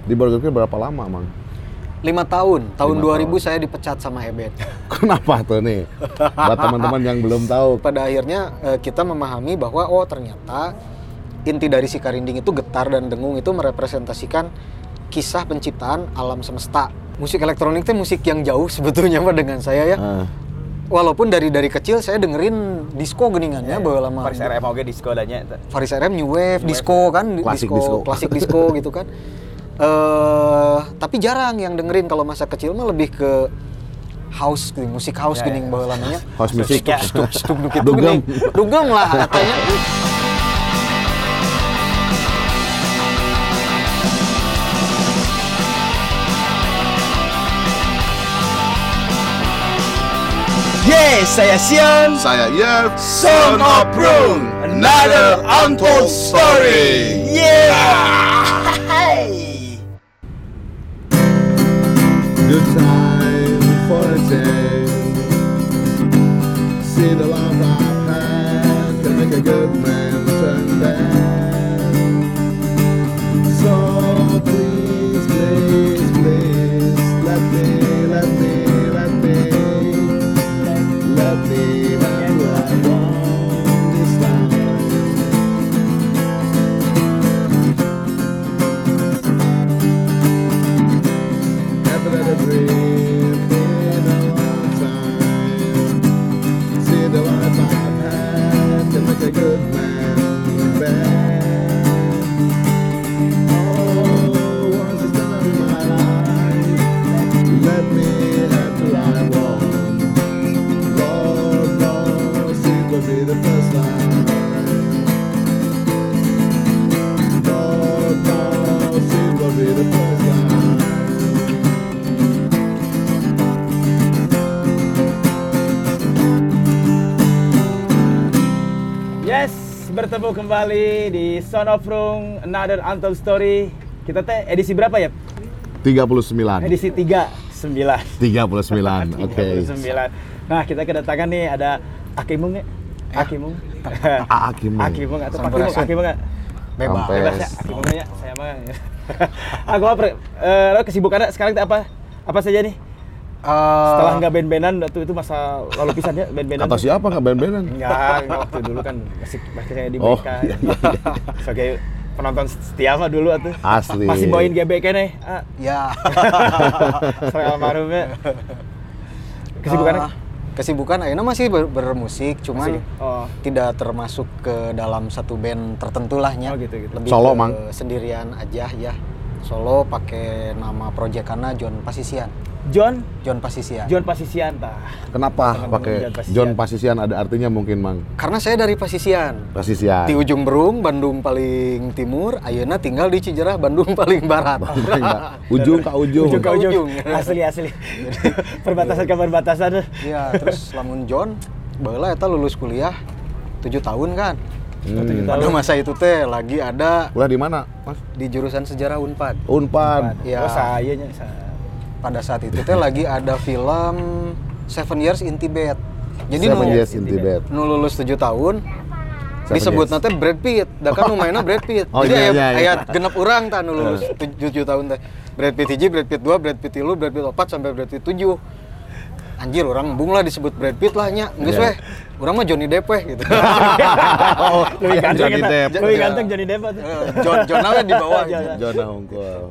Di Burger King berapa lama, Mang? 5 tahun. Tahun 5 2000 tahun. saya dipecat sama Ebet. Kenapa tuh nih? Buat teman-teman yang belum tahu. Pada akhirnya kita memahami bahwa ternyata inti dari si Karinding itu getar dan dengung itu merepresentasikan kisah penciptaan alam semesta. Musik elektronik itu musik yang jauh sebetulnya Pak dengan saya ya. Walaupun dari kecil saya dengerin disco geningannya baheula lama. Faris RM oge disco danya. Faris RM new wave, disco kan, klasik disco gitu kan. Tapi jarang yang dengerin kalau masa kecil mah lebih ke house, musik house gini baheula namanya. House music. Stuk gitu geuning. Dugem lah katanya. Yes, saya Sion. Saya Yev, Son of Rune, another untold story. Yeah. Good time for a change. See the love I've had can make a good man turn bad. So please, please, please, let me have what I want this time. Haven't had a dream in a long time. See the life I've had can make a good man bad. Oh, once it's done in my life, let me have what I want. Lord knows it will be the first time. Lord knows it will be the first time. Yes, bertemu kembali di Son of Rune, another untold story. Kita teh edisi berapa ya? 39. Edisi 39. 39. Oke. 39. Nah, kita kedatangan nih ada Akimung ya? Akimung. Akimung. Akimung atau Pakimung? Akimung enggak? Bebas. Bebas ya, Akimung ya. Saya mah. Aku lo kesibukannya sekarang teh apa? Apa saja nih? Setelah nggak band-bandan itu masa lalu pisan ya band-bandan. Kata siapa nggak band-bandan? Enggak, waktu dulu kan masih saya di Oh, BK. iya. Sebagai penonton setia mah dulu atuh. Asli. Masih bawain GBK nih. Ya. Saya almarhumnya. Kesibukannya? Kesibukan ayeuna masih bermusik, cuman Masih? Oh. tidak termasuk ke dalam satu band tertentu lahnya. Oh, gitu. Lebih Solo, ke Mang? sendirian aja ya. Solo pakai nama proyekanna John Pasisian. John Pasisian. Pasisian tah. Kenapa Teman-teman pakai John Pasisian. John Pasisian? Ada artinya mungkin, Mang? Karena saya dari Pasisian. Pasisian. Di ujung Berung, Bandung paling timur, ayeuna tinggal di Cijerah, Bandung paling barat. Ujung ke ujung. Ujung ke ujung. ujung. Asli. Perbatasan ke perbatasan. Ya, terus lamun John, baheula eta lulus kuliah 7 tahun kan. 7 Pada tahun. masa itu teh lagi ada Kuliah di mana, Mas? di jurusan sejarah Unpad. Unpad. Ya. Oh, saya nya. Pada saat itu teh lagi ada film 7 Years in Tibet. Jadi 7 Years in Tibet. nu lulus 7 tahun 7 disebut years. nanti Brad Pitt. Da kan nu mainna Brad Pitt. Oh, Jadi iya. aya genep urang tah nu lulus 7 tahun teh. Brad Pitt 1, Brad Pitt 2, Brad Pitt 3, Brad Pitt 4 sampai Brad Pitt 7. Anjir, orang embung lah disebut Brad Pitt lah nya. Geus Iya. weh. Urang mah Johnny Depp weh gitu. Oh, Lebih ganteng Johnny kita. Depp. Lebih ganteng Johnny Depp tuh. John we di bawah. John Hongkol.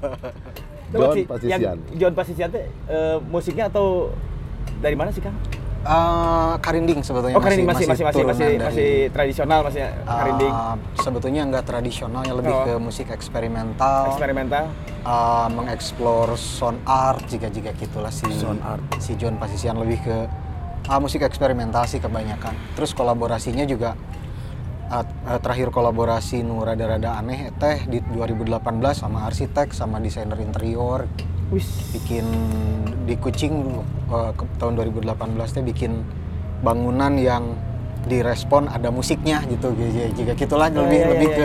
Coba John sih, Pasisian. yang John Pasisian teh musiknya atau dari mana sih, Kang? Karinding sebetulnya Oh, Karinding masih turunan dari- masih tradisional masih Karinding. Sebetulnya nggak tradisionalnya lebih Oh. ke musik eksperimental, Eksperimental. mengeksplor sound art jika gitulah si Sound art. si John Pasisian lebih ke musik eksperimental sih kebanyakan. Terus kolaborasinya juga terakhir kolaborasi nu rada-rada aneh teh di 2018 sama arsitek sama desainer interior. Wis. Bikin di Kucing tahun 2018 teh bikin bangunan yang direspon ada musiknya gitu jika gitulah lebih ke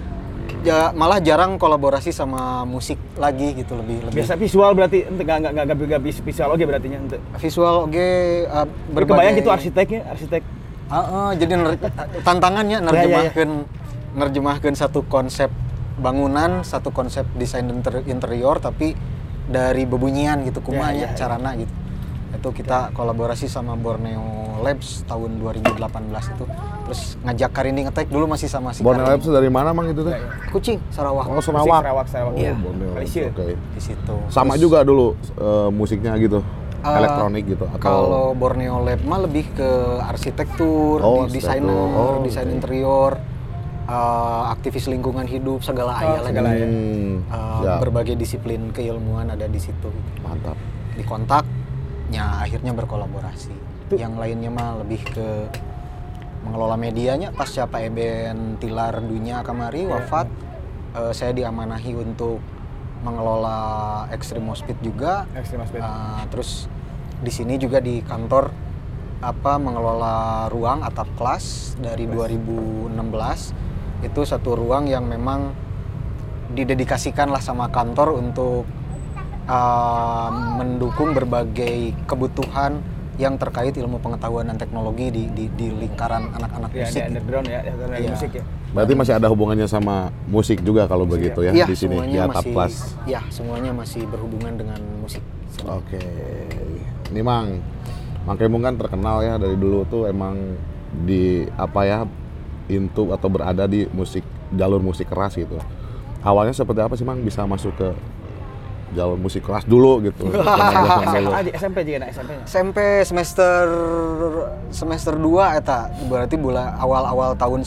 ya malah jarang kolaborasi sama musik lagi gitu lebih Biasa visual berarti enggak visual oke berarti nya henteu. visual oke Kebayang gitu arsiteknya, arsitek. jadi tantangannya nerjemahkeun satu konsep bangunan, satu konsep desain interior tapi dari bebunyian gitu, kumanya, carana gitu. Itu kita kolaborasi sama Borneo Labs tahun 2018 itu. Terus ngajak Karinding Attack dulu masih sama si Borneo Labs Karinding. dari mana Mang itu teh? Kucing, Sarawak. Oh, Sarawak. Sarawak. Oh, Iya. Borneo Labs. Malaysia. Oke. Di situ. Sama Terus, juga dulu musiknya gitu. Elektronik gitu atau kalau Borneo Lab mah lebih ke arsitektur, desainer, desain interior, aktivis lingkungan hidup, segala aya lah. Berbagai disiplin keilmuan ada di situ. Mantap. Di kontaknya akhirnya berkolaborasi. Yang lainnya mah lebih ke mengelola medianya. Pasca Pak Eben Tilar Dunia Kamari wafat, saya diamanahi untuk mengelola Extreme Speed juga. Terus di sini juga di kantor mengelola ruang atap kelas dari 2016. Itu satu ruang yang memang didedikasikan lah sama kantor untuk mendukung berbagai kebutuhan yang terkait ilmu pengetahuan dan teknologi di lingkaran anak-anak musik. Di underground ya, musik ya. Berarti masih ada hubungannya sama musik juga kalau begitu ya, di sini di atap kelas. Iya, semuanya masih berhubungan dengan musik. Oke. Ini Mang Kemung kan terkenal ya dari dulu tuh emang di into atau berada di jalur musik keras gitu. Awalnya seperti apa sih Mang bisa masuk ke jalur musik keras dulu gitu? SMP juga SMP-nya. SMP semester 2 eta berarti awal tahun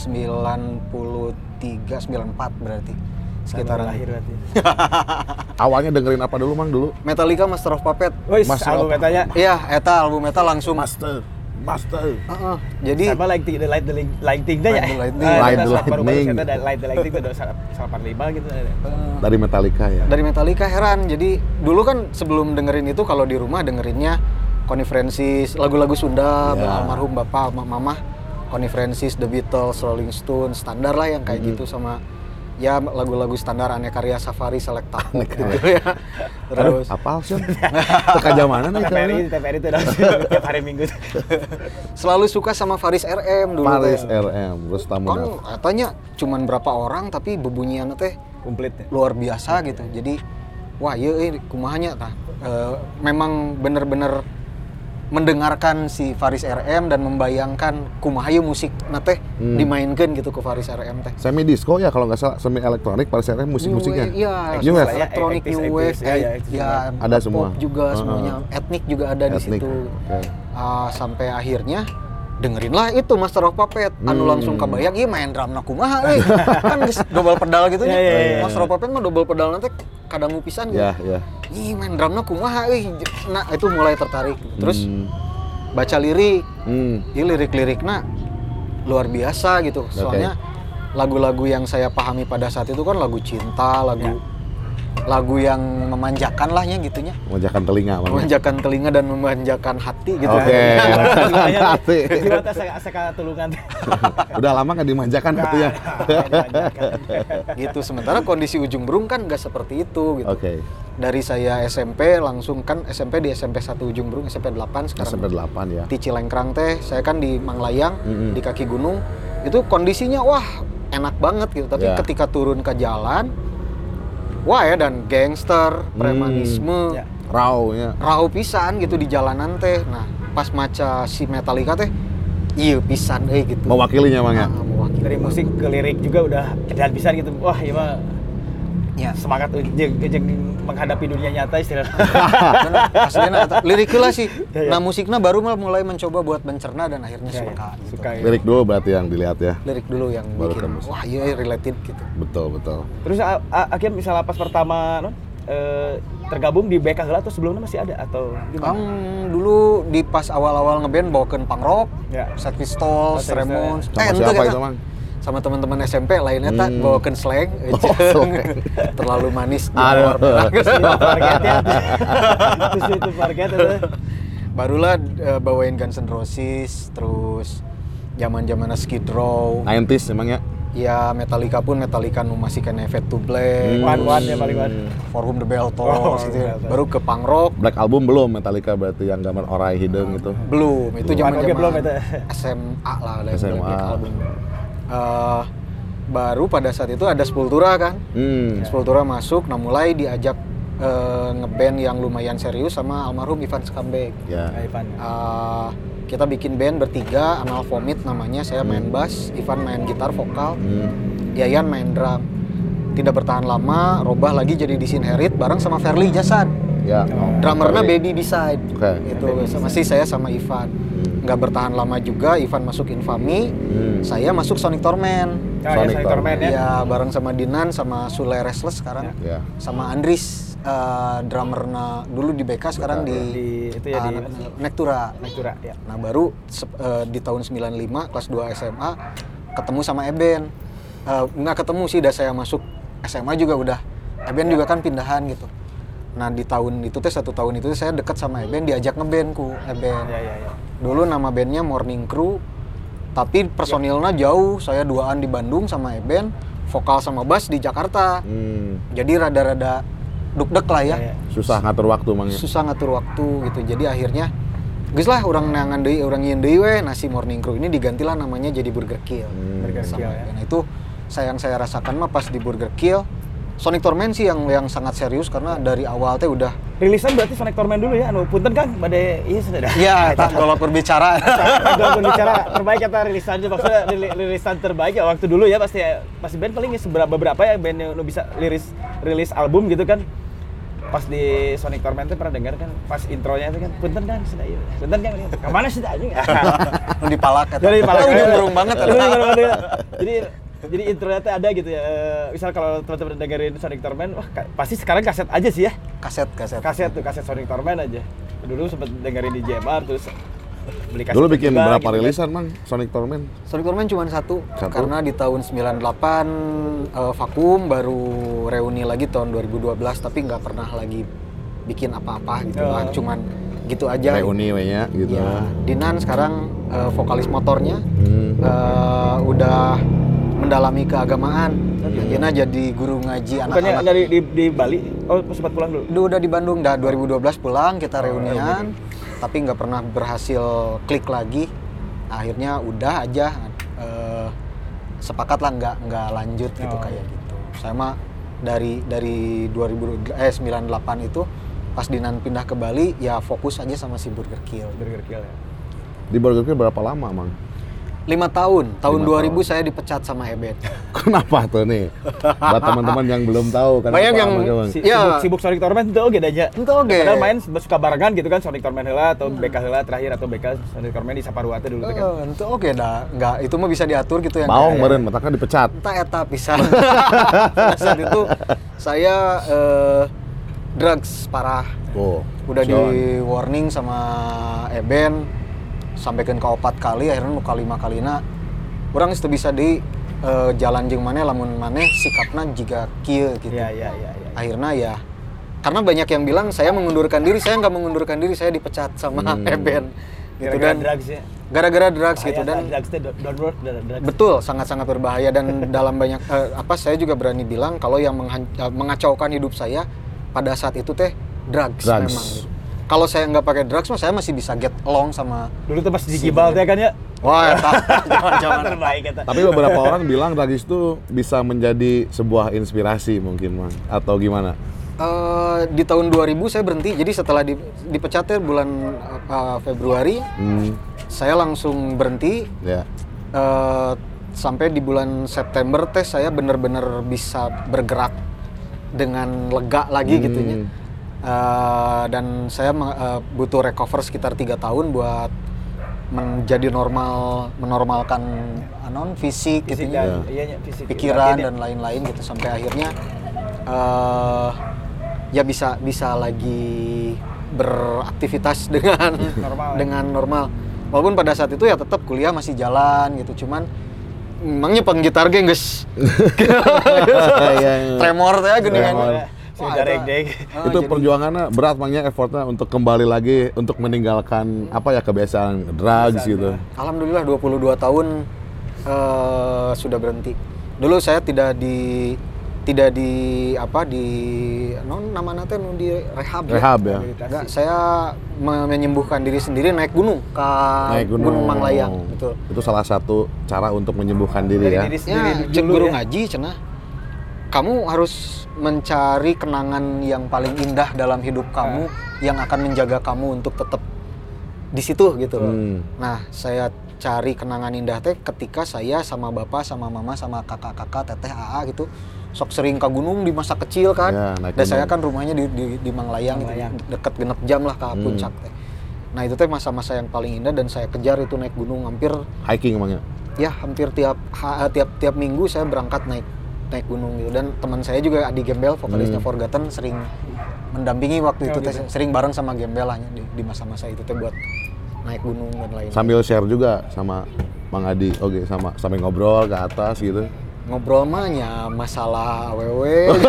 93 94 berarti sekitaran lahir berarti. Awalnya dengerin apa dulu Mang dulu? Metallica Master of Puppet. Album metanya. Iya, eta album eta langsung Master. Jadi sama Light the Lightning nya ya. Light the Lightning. Light the Lightning itu 185 gitu. Dari Metallica ya. Dari Metallica heran. Jadi dulu kan sebelum dengerin itu kalau di rumah dengerinnya Connie Francis, lagu-lagu Sunda, almarhum bapak, mama, Connie Francis, The Beatles, Rolling Stones, standar lah yang kayak gitu sama ya lagu-lagu standar Aneka Karya Safari Selecta gitu ya. Terus apal sih? Teka mana nih? TVRI itu tiap hari Minggu. Selalu suka sama Faris RM dulu. Faris RM, terus tamu. Kan katanya cuman berapa orang tapi bebunyian teh komplit luar biasa gitu. Jadi wah ieu kumahanya tah. Memang bener-bener mendengarkan si Faris RM dan membayangkan kumaha ieu musik teh dimainkan gitu ke Faris RM teh. Semi disco ya kalau nggak salah, semi elektronik Faris RM musiknya. Iya, New wave, elektronik, new wave, ya ada semua. Pop juga semuanya, etnik juga ada di situ. Sampai akhirnya dengerin lah itu Master of Puppet, anu langsung kebayang, iya main drumna kumaha euy. Kan geus double pedal gitu nya. Master of Puppet mah double pedal nanti kadangu pisan gitu. Ih main drumna kumaha euy. Nah, itu mulai tertarik. Terus baca lirik. Ieu lirik-lirikna luar biasa gitu. Soalnya lagu-lagu yang saya pahami pada saat itu kan lagu cinta, lagu yang memanjakan lahnya gitunya. Memanjakan telinga. Memanjakan telinga dan memanjakan hati gitu. Hati. Di mata saya tulungan. Udah lama nggak dimanjakan gitu ya. Gitu. Sementara kondisi Ujung Berung kan nggak seperti itu gitu. Dari saya SMP langsung kan SMP di SMP 1 Ujung Berung, SMP 8 sekarang. SMP 8 ya. Di Cilengkrang teh, saya kan di Manglayang, di kaki gunung. Itu kondisinya wah enak banget gitu. Tapi ketika turun ke jalan, wah ya dan gangster, premanisme, raw pisan gitu di jalanan teh. Nah, pas maca si Metallica teh, iya pisan gitu. Mewakilinya Mang ya. Dari musik ke lirik juga udah edan pisan gitu. Wah, iya mah. Ya, semangat jeung menghadapi dunia nyata istilahnya. Aslinya lirik lah sih. Nah, musiknya baru mulai mencoba buat mencerna dan akhirnya suka gitu. Lirik dulu berarti yang dilihat ya. Lirik dulu yang bikin. Wah, iya related gitu. Betul. Terus akhirnya misalnya pas pertama tergabung di BK heula atau sebelumnya masih ada atau gimana? Dulu di pas awal-awal ngeband bawakeun punk rock, Sex Pistols, Ramones. Siapa itu Mang? Sama teman-teman SMP lainnya bawakeun slang. Terlalu manis. Itu target. Barulah bawain Guns N' Roses, terus zaman-zaman Skid Row. 90s emang ya? Ya Metallica pun nu masih kena Fade to Black. One ya paling one. For Whom the Bell Tolls gitu. Baru ke punk rock. Black Album belum Metallica berarti yang gambar Orai Hideung itu. Belum, itu zaman-zaman belum itu. SMA lah ada SMA. Black Album. Baru pada saat itu ada Sepultura kan. Hmm. Sepultura masuk, nah mulai diajak ngeband yang lumayan serius sama almarhum Ivan Skambek. Ya. Ivan. Kita bikin band bertiga, Anal Vomit namanya, saya main bass, Ivan main gitar vokal, Yayan main drum. Tidak bertahan lama, robah lagi jadi Disinherit bareng sama Fairly Jasan. Ya. Drummernya Baby Beside. Oke. Itu masih saya sama Ivan. Nggak bertahan lama juga, Ivan masuk Infamy, saya masuk Sonic Torment. Sonic Torment ya. Ya, bareng sama Dinan, sama Sule Restless sekarang. Ya. Sama Andris, drummernya dulu di BK, sekarang di itu ya di Nektura. Nektura ya. Nah baru di tahun 95 kelas 2 SMA ketemu sama Eben. Nggak ketemu sih, udah saya masuk SMA juga udah. Eben juga kan pindahan gitu. Nah di tahun itu teh, 1 tahun itu saya deket sama Eben, diajak ngeband ku Eben. Ya. Dulu nama bandnya Morning Crew, tapi personilnya jauh. Saya duaan di Bandung sama Eben, vokal sama bass di Jakarta. Jadi rada-rada duk-dek lah ya. Susah ngatur waktu mang. Susah ngatur waktu gitu. Jadi akhirnya geus lah orang neangan deui, orang nyiun deui we, nasi Morning Crew ini digantilah namanya jadi Burger Kill. Burger Sama Kill ya. Nah itu yang saya rasakan mah pas di Burger Kill. Sonic Torment sih yang sangat serius karena dari awal teh udah Rilisan berarti Sonic Torment dulu ya, anu punten Kang, bade iya sudah dah. ya kalau berbicara Kalau berbicara terbaik kata rilisannya, maksudnya rilisan terbaik ya waktu dulu ya pasti band paling beberapa ya band yang bisa rilis album gitu kan. Pas di Sonic Torment itu pernah dengar kan, pas intronya itu kan, punten kan sudah iya. Punten kan, kemana sih anjing? di palak kata. Dari palak. Ujung banget. Jadi intronya tuh ada gitu ya. Misal kalau teman-teman dengerin Sonic Torment, wah pasti sekarang kaset aja sih ya. Kaset. Kaset Sonic Torment aja. Dulu sempet dengerin di JMR terus beli kaset. Dulu bikin juga, berapa gitu kan. rilisan mang Sonic Torment? Sonic Torment cuma satu, karena di tahun 98 vakum, baru reuni lagi tahun 2012, tapi nggak pernah lagi bikin apa-apa gitu lah, cuman gitu aja. Reuni we-nya gitu. Ya, Dinan sekarang vokalis motornya udah mendalami keagamaan. Akhirnya jadi guru ngaji Bukannya anak-anak. di Bali? Oh, sempat pulang dulu. Udah di Bandung, 2012 pulang, kita reunian, tapi nggak pernah berhasil klik lagi. Akhirnya udah aja sepakat lah nggak lanjut gitu kayak gitu. Saya mah dari 98 itu pas Dinan pindah ke Bali ya fokus aja sama si Burger Kill. Burger Kill ya. Di Burger Kill berapa lama mang? 5 tahun. Tahun 5 2000 saya dipecat sama Eben. Kenapa tuh nih? Buat teman-teman yang belum tahu kan. Banyak yang Sibuk Sonic Torment itu oke aja. Itu oke. Padahal main suka barengan gitu kan, Sonic Torment heula atau BK heula terakhir atau BK Sonic Torment di Saparua teh dulu teh kan. Itu oke dah. Enggak, itu mah bisa diatur gitu yang Baong kayak- meureun matakan dipecat. Entah eta pisan. Pada saat itu saya drugs parah. Oh. Udah di warning sama Eben sampaikan ke 4 kali, akhirnya nu kalima kalina urang geus teu bisa di jalan jeung maneh lamun maneh sikapna jiga kieu gitu. Iya. Akhirnya ya karena banyak yang bilang saya mengundurkan diri, saya nggak mengundurkan diri, saya dipecat sama Eben gitu. Gara-gara Dan drugs ya. gara-gara drugs gitu, dan drugs teh don't work drugs. betul sangat-sangat berbahaya. Dan dalam banyak saya juga berani bilang kalau yang mengacaukan hidup saya pada saat itu teh drugs. Memang gitu. Kalau saya nggak pakai drugs mah saya masih bisa get along sama Dulu tuh pas di Gibal teh kan ya. wah jangan Terbaik eta. Tapi beberapa orang bilang drugs itu bisa menjadi sebuah inspirasi mungkin mang, atau gimana? Di tahun 2000 saya berhenti, jadi setelah dipecat ya bulan Februari saya langsung berhenti. Ya. Sampai di bulan September teh saya benar-benar bisa bergerak dengan lega lagi gitunya. Dan saya butuh recover sekitar 3 tahun buat menjadi menormalkan fisik gitu ya, fisik, pikiran dan lain-lain gitu, sampai akhirnya ya bisa lagi beraktivitas dengan normal. Walaupun pada saat itu ya tetap kuliah masih jalan gitu, cuman emangnya penggitar ge geus tremor teh geuning kan. Itu perjuangannya berat makanya effortnya untuk kembali lagi untuk meninggalkan kebiasaan drugs gitu. Alhamdulillah 22 tahun sudah berhenti. Dulu saya tidak tidak di nama teh di rehab ya. Enggak, saya menyembuhkan diri sendiri naik gunung ke Gunung Manglayang. Betul. Itu salah satu cara untuk menyembuhkan diri ya. Cek guru ngaji cenah. Kamu harus mencari kenangan yang paling indah dalam hidup kamu yang akan menjaga kamu untuk tetap di situ gitu loh. Nah, saya cari kenangan indah teh ketika saya sama bapak, sama mama, sama kakak-kakak, teteh, AA gitu sok sering ke gunung di masa kecil kan. Ya, dan saya kan rumahnya di Manglayang. Gitu, deket genep jam lah ke puncak teh. Nah, itu teh masa-masa yang paling indah dan saya kejar itu naik gunung hampir hiking emangnya. Ya, hampir tiap minggu saya berangkat naik gunung gitu. Dan teman saya juga Adi Gembel, vokalisnya Forgotten, sering mendampingi waktu itu teh, sering bareng sama Gembel hanya di masa-masa itu teh buat naik gunung dan lain-lain. Sambil share juga sama Mang Adi, sama sambil ngobrol ke atas gitu. Ngobrol mahnya masalah AWW.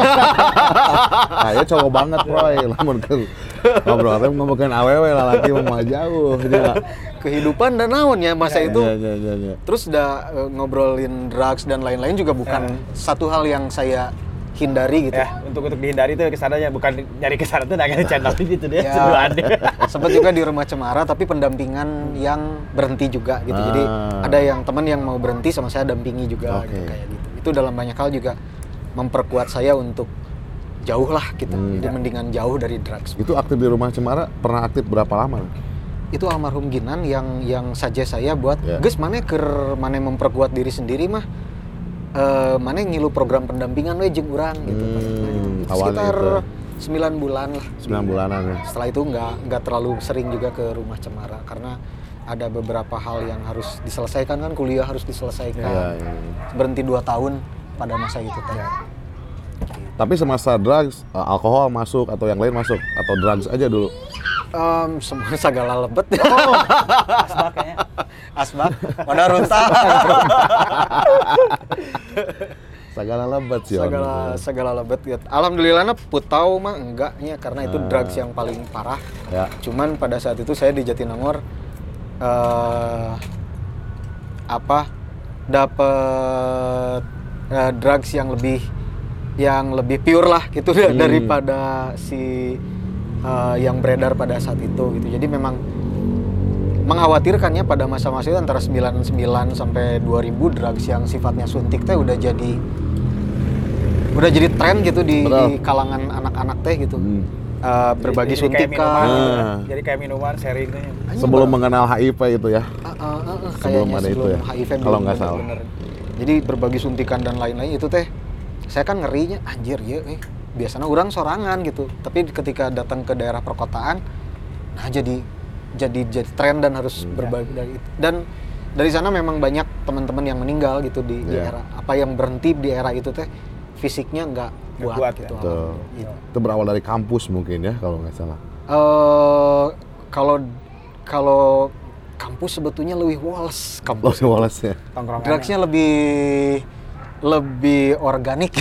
Nah, ya cowok banget, Roy. Lamun ngobrol ngomongin AWW lah lagi mah jauh dia. Kehidupan dan naon ya masa itu. Ya. Terus udah ngobrolin drugs dan lain-lain juga bukan satu hal yang saya hindari gitu. Ya, untuk dihindari itu kesananya bukan nyari kesana tuh nggak channel gitu deh. Sempat juga di Rumah Cemara tapi pendampingan yang berhenti juga gitu. Jadi ada yang teman yang mau berhenti sama saya dampingi juga gitu, kayak gitu. Itu dalam banyak hal juga memperkuat saya untuk jauh lah gitu. Jadi mendingan jauh dari drugs. Itu aktif di Rumah Cemara pernah aktif berapa lama? Itu almarhum Ginan yang saja saya buat geus maneh keur maneh memperkuat diri sendiri mah maneh ngilu program pendampingan we jeung urang gitu. Sekitar 9 bulan lah. 9 bulanan ya. Setelah itu nggak terlalu sering juga ke Rumah Cemara karena ada beberapa hal yang harus diselesaikan kan, kuliah harus diselesaikan. Berhenti 2 tahun pada masa itu teh. Tapi semasa drugs, alkohol masuk atau yang lain masuk atau drugs aja dulu? Semua segala lebet. Asbak kayaknya. Asbak, pada runtah. Segala lebet sih. Segala lebet gitu. Alhamdulillahnya putau mah enggaknya karena itu drugs yang paling parah. Ya. Cuman pada saat itu saya di Jatinangor dapat drugs yang lebih pure lah gitu daripada si yang beredar pada saat itu gitu. Jadi memang mengkhawatirkannya pada masa-masa itu antara 99 sampai 2000 drugs yang sifatnya suntik teh udah jadi tren gitu di kalangan anak-anak teh gitu. Berbagi suntikan. Jadi kayak minuman sharing teh. Sebelum mengenal HIV itu ya. Sebelum ada itu ya. HIV kalau nggak salah. Bener. Jadi berbagi suntikan dan lain-lain itu teh saya kan ngerinya anjir ya biasanya orang sorangan gitu. Tapi ketika datang ke daerah perkotaan nah jadi tren dan harus berbagi dari itu. Dan dari sana memang banyak teman-teman yang meninggal gitu di era yang berhenti di era itu teh fisiknya nggak kuat gitu. Itu berawal dari kampus mungkin ya kalau nggak salah. Kalau kampus sebetulnya lebih woles kampus. Woles ya. Drugsnya lebih organik.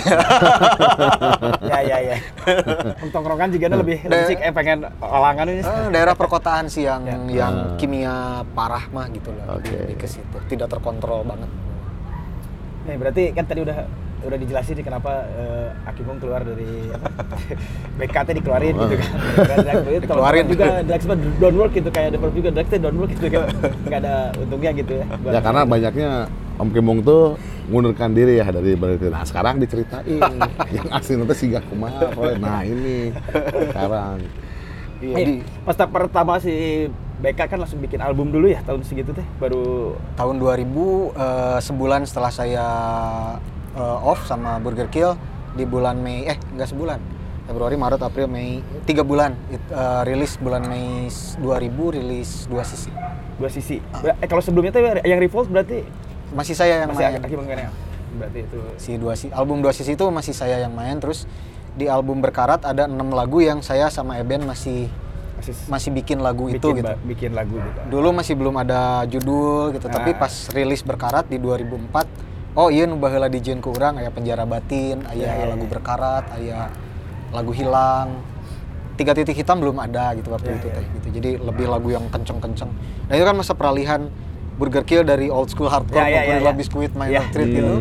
Ya. Tongkrongan juga lebih sik pengen olangan ini. Daerah perkotaan sih yang kimia parah mah gitu loh. Lebih ke situ. Tidak terkontrol banget. Berarti kan tadi udah dijelasin nih kenapa Akibung keluar dari BKT dikeluarin gitu kan. Dikeluarin juga drugs don't work gitu kayak develop juga drugs don't work gitu kan. Enggak ada untungnya gitu ya. Ya karena banyaknya Om Kimung tuh ngundurkan diri ya dari berarti. Nah, sekarang diceritain yang asli nanti siga kumaha. Nah, ini sekarang. Iya. Pas pertama si BK kan langsung bikin album dulu ya tahun segitu teh baru tahun 2000 sebulan setelah saya off sama Burger Kill di bulan Mei enggak sebulan. Februari, Maret, April, Mei 3 bulan. Rilis bulan Mei 2000 rilis 2 sisi. 2 sisi. Kalau sebelumnya tuh yang Revolt berarti masih saya yang main. Berarti itu album 2 sisi itu masih saya yang main. Terus di album Berkarat ada 6 lagu yang saya sama Eben masih bikin lagu gitu. Bikin lagu gitu. Dulu masih belum ada judul gitu, tapi pas rilis Berkarat di 2004, nu baheula dijieun ku urang aya Penjara Batin, aya lagu Berkarat, aya lagu Hilang. 3 Titik Hitam belum ada gitu waktu itu teh gitu. Jadi lebih lagu yang kenceng-kenceng. Nah, itu kan masa peralihan Burger Kill dari old school hardcore Gorilla Biscuit, Minor Threat gitu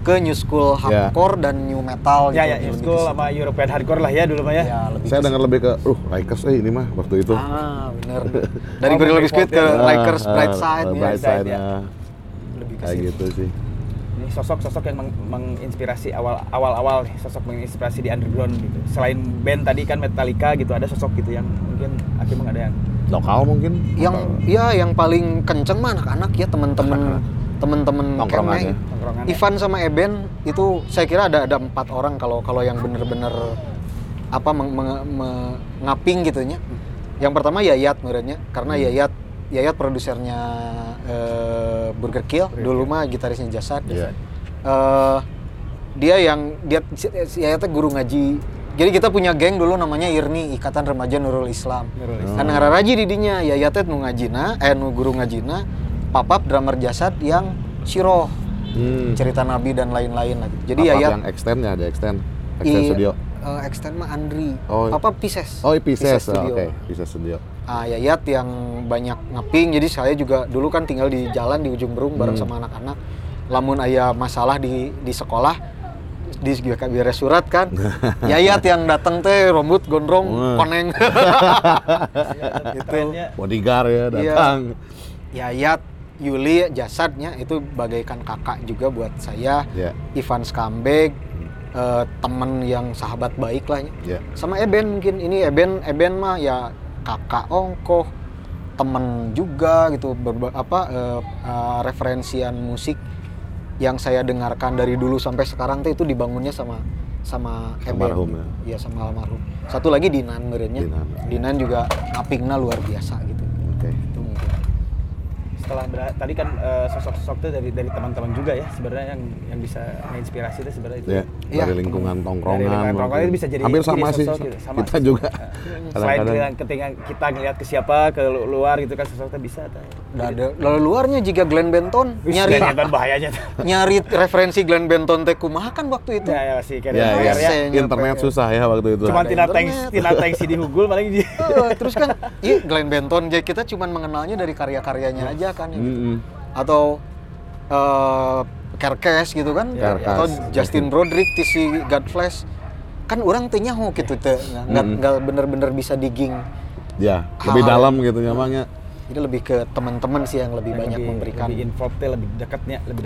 ke new school hardcore dan new metal gitu. Ya, new school sama European hardcore lah ya dulu mah ya. Ya, lebih Saya dengar lebih ke Rikers ini mah waktu itu. bener. Dari Gorilla Biscuit ke Rikers Bright Side ya. Bright Side ya. Lebih ke Kayak situ. gitu sih. Ini sosok-sosok yang menginspirasi awal-awal nih, sosok menginspirasi di underground gitu. Selain band tadi kan Metallica gitu, ada sosok gitu yang mungkin Akimeng ada yang Lokal mungkin? Yang paling kenceng mah anak-anak ya, temen-temen Tongkrongan ya. tongkrongan. Ivan sama Eben itu saya kira ada 4 orang kalau yang bener-bener apa ngaping gitunya. Yang pertama Yayat menurutnya, karena Yayat produsernya Burger Kill, dulu mah gitarisnya Jasad. Iya. Dia Yayatnya guru ngaji. Jadi kita punya geng dulu namanya IRNI, Ikatan Remaja Nurul Islam. Kan ngaraji didinya Yayatnya nu ngajina, nu guru ngajina, Papap drummer Jasad yang Siroh. Cerita Nabi dan lain-lain lagi. Jadi Papap Yayat yang extend studio. Extend mah Andri. Oh. Papa Pisces. Oh, Pisces Studio. Oke, Pisces Studio. Yayat yang banyak ngaping, jadi saya juga dulu kan tinggal di jalan di ujung Berung bareng sama anak-anak. Lamun aya masalah di sekolah, di beres surat kan, Yayat yang datang teh rambut gondrong, koneng. Gitu. Bodyguard ya datang. Yayat, Yuli, Jasadnya itu bagaikan kakak juga buat saya. Yeah. Ivan Skambeg, temen yang sahabat baik lah. Yeah. Sama Eben mungkin, ini Eben mah ya kakak ongkoh, temen juga gitu, referensian musik yang saya dengarkan dari dulu sampai sekarang tuh itu dibangunnya sama Eben. Almarhum ya. Iya, sama almarhum. Satu lagi Dinan merenya. Dinan juga ngapingna luar biasa gitu. Oke. Itu mungkin. Setelah tadi kan sosok-sosok itu dari teman-teman juga ya sebenarnya yang bisa menginspirasi itu sebenarnya itu. Ya, dari lingkungan tongkrongan. Itu bisa jadi hampir sama sih. sosok gitu. Sama Kita juga. Selain Kadang-kadang. ketika kita ngelihat ke siapa ke luar gitu kan sosoknya bisa Nggak ada. Lalu luarnya jika Glenn Benton nyari bahayanya tuh. nyari referensi Glenn Benton teh kumaha kan waktu itu. Ya sih kayak Ya, Saya internet susah ya waktu itu. Cuman Ada tina tank di Hugul paling di. Terus kan, Glenn Benton jadi kita cuman mengenalnya dari karya-karyanya aja kan. Ya, gitu. Atau Carcass gitu kan, atau Justin Broderick, TC Godflesh. Kan orang teh nyaho gitu teh, nggak bener-bener bisa digging. Ya, lebih dalam gitu nyamanya. Jadi lebih ke teman-teman sih yang lebih banyak memberikan. Lebih involved, lebih dekat.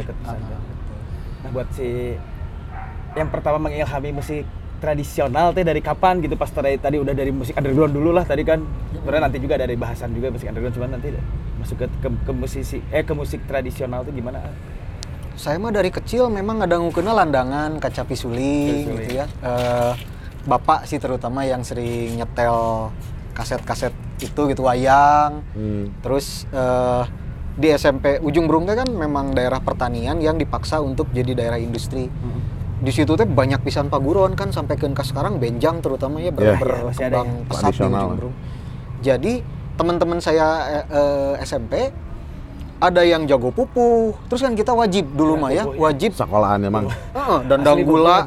Nah buat si yang pertama mengilhami musik tradisional teh dari kapan gitu, pas tadi udah dari musik underground dulu lah tadi kan. Sebenarnya nanti juga ada bahasan juga musik underground, cuman nanti masuk ke musik tradisional tuh gimana? Saya mah dari kecil memang ada ngukeunna landangan, kaca pisuling gitu ya. Bapak sih terutama yang sering nyetel kaset-kaset itu gitu, wayang. Terus di SMP Ujung Berung kan memang daerah pertanian yang dipaksa untuk jadi daerah industri. Di situ tuh banyak pisan paguron kan, sampai ke sekarang Benjang terutama ya berkembang pesat di Ujung Berung. Jadi teman-teman saya SMP ada yang jago pupuh, terus kan kita wajib dulu mah ya, wajib sekolahan emang. Dandang gula,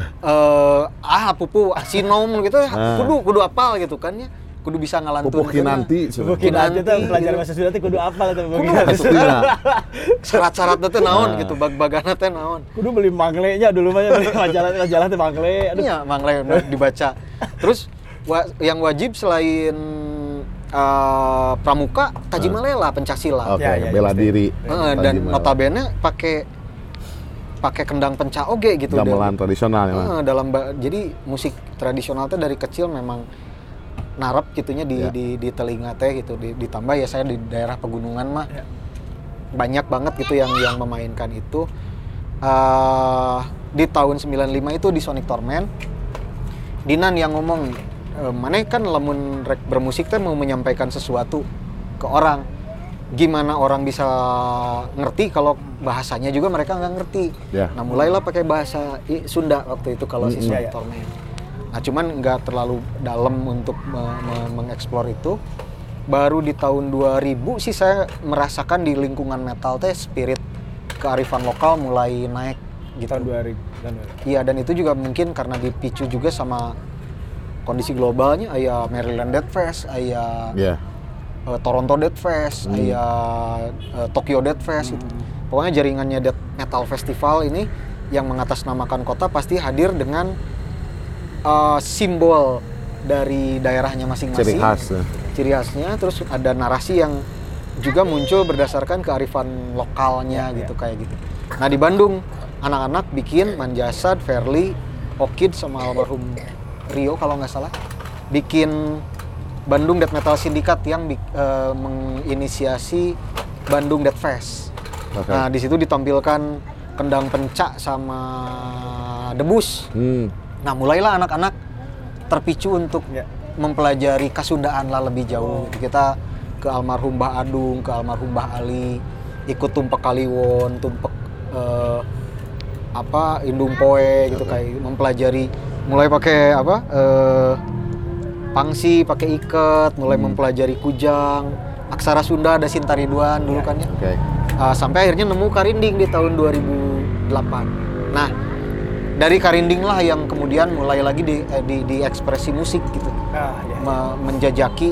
pupuh asinom gitu ya, kudu apal gitu kan ya. Kudu bisa ngalantun. Pupuk Kinanti. Pupuk Kinanti tuh pelajaran bahasa Sunda teh kudu apal tuh. Syarat-syarat teh naon gitu, bag-bagana teh naon. Kudu beli manglenya dulu mah beli majalah teh mangle. Aduh. Iya, mangle dibaca. Terus yang wajib selain pramuka, Tajimalela, Pencasilat. Oke, bela diri. Dan notabene pakai kendang penca oge gitu. Gamelan tradisional ya. Jadi musik tradisional teh dari kecil memang narap gitunya di telinga teh gitu. Ditambah ya saya di daerah pegunungan mah banyak banget gitu yang memainkan itu. Di tahun 95 itu di Sonic Torment, Dinan yang ngomong, mana kan lamun bermusik teh mau menyampaikan sesuatu ke orang, gimana orang bisa ngerti kalau bahasanya juga mereka nggak ngerti. Nah mulailah pakai bahasa Sunda waktu itu kalau si Sonic Torment. Nah cuman nggak terlalu dalam untuk mengeksplor itu. Baru di tahun 2000 sih saya merasakan di lingkungan metal teh spirit kearifan lokal mulai naik gitu. Tahun 2000. Iya, dan itu juga mungkin karena dipicu juga sama kondisi globalnya, aya Maryland Death Fest, aya Toronto Death Fest, aya Tokyo Death Fest gitu. Pokoknya jaringannya Death Metal Festival ini yang mengatasnamakan kota pasti hadir dengan simbol dari daerahnya masing-masing, ciri khasnya, terus ada narasi yang juga muncul berdasarkan kearifan lokalnya gitu kayak gitu. Nah di Bandung anak-anak bikin Manjasad, Verly, Okid sama almarhum Rio kalau nggak salah bikin Bandung Death Metal Syndicate yang menginisiasi Bandung Death Fest. Nah di situ ditampilkan kendang pencak sama debus. Nah mulailah anak-anak terpicu untuk mempelajari Kasundaan lah lebih jauh. Kita ke almarhum Mbah Adung, ke almarhum Mbah Ali, ikut tumpek Kaliwon, tumpek Indung Poe gitu, kayak mempelajari mulai pakai pangsi, pakai iket, mulai mempelajari kujang, aksara Sunda ada Sinta Ridwan dulu kan ya. Sampai akhirnya nemu Karinding di tahun 2008. Nah, dari Karinding lah yang kemudian mulai lagi di ekspresi musik gitu. Menjajaki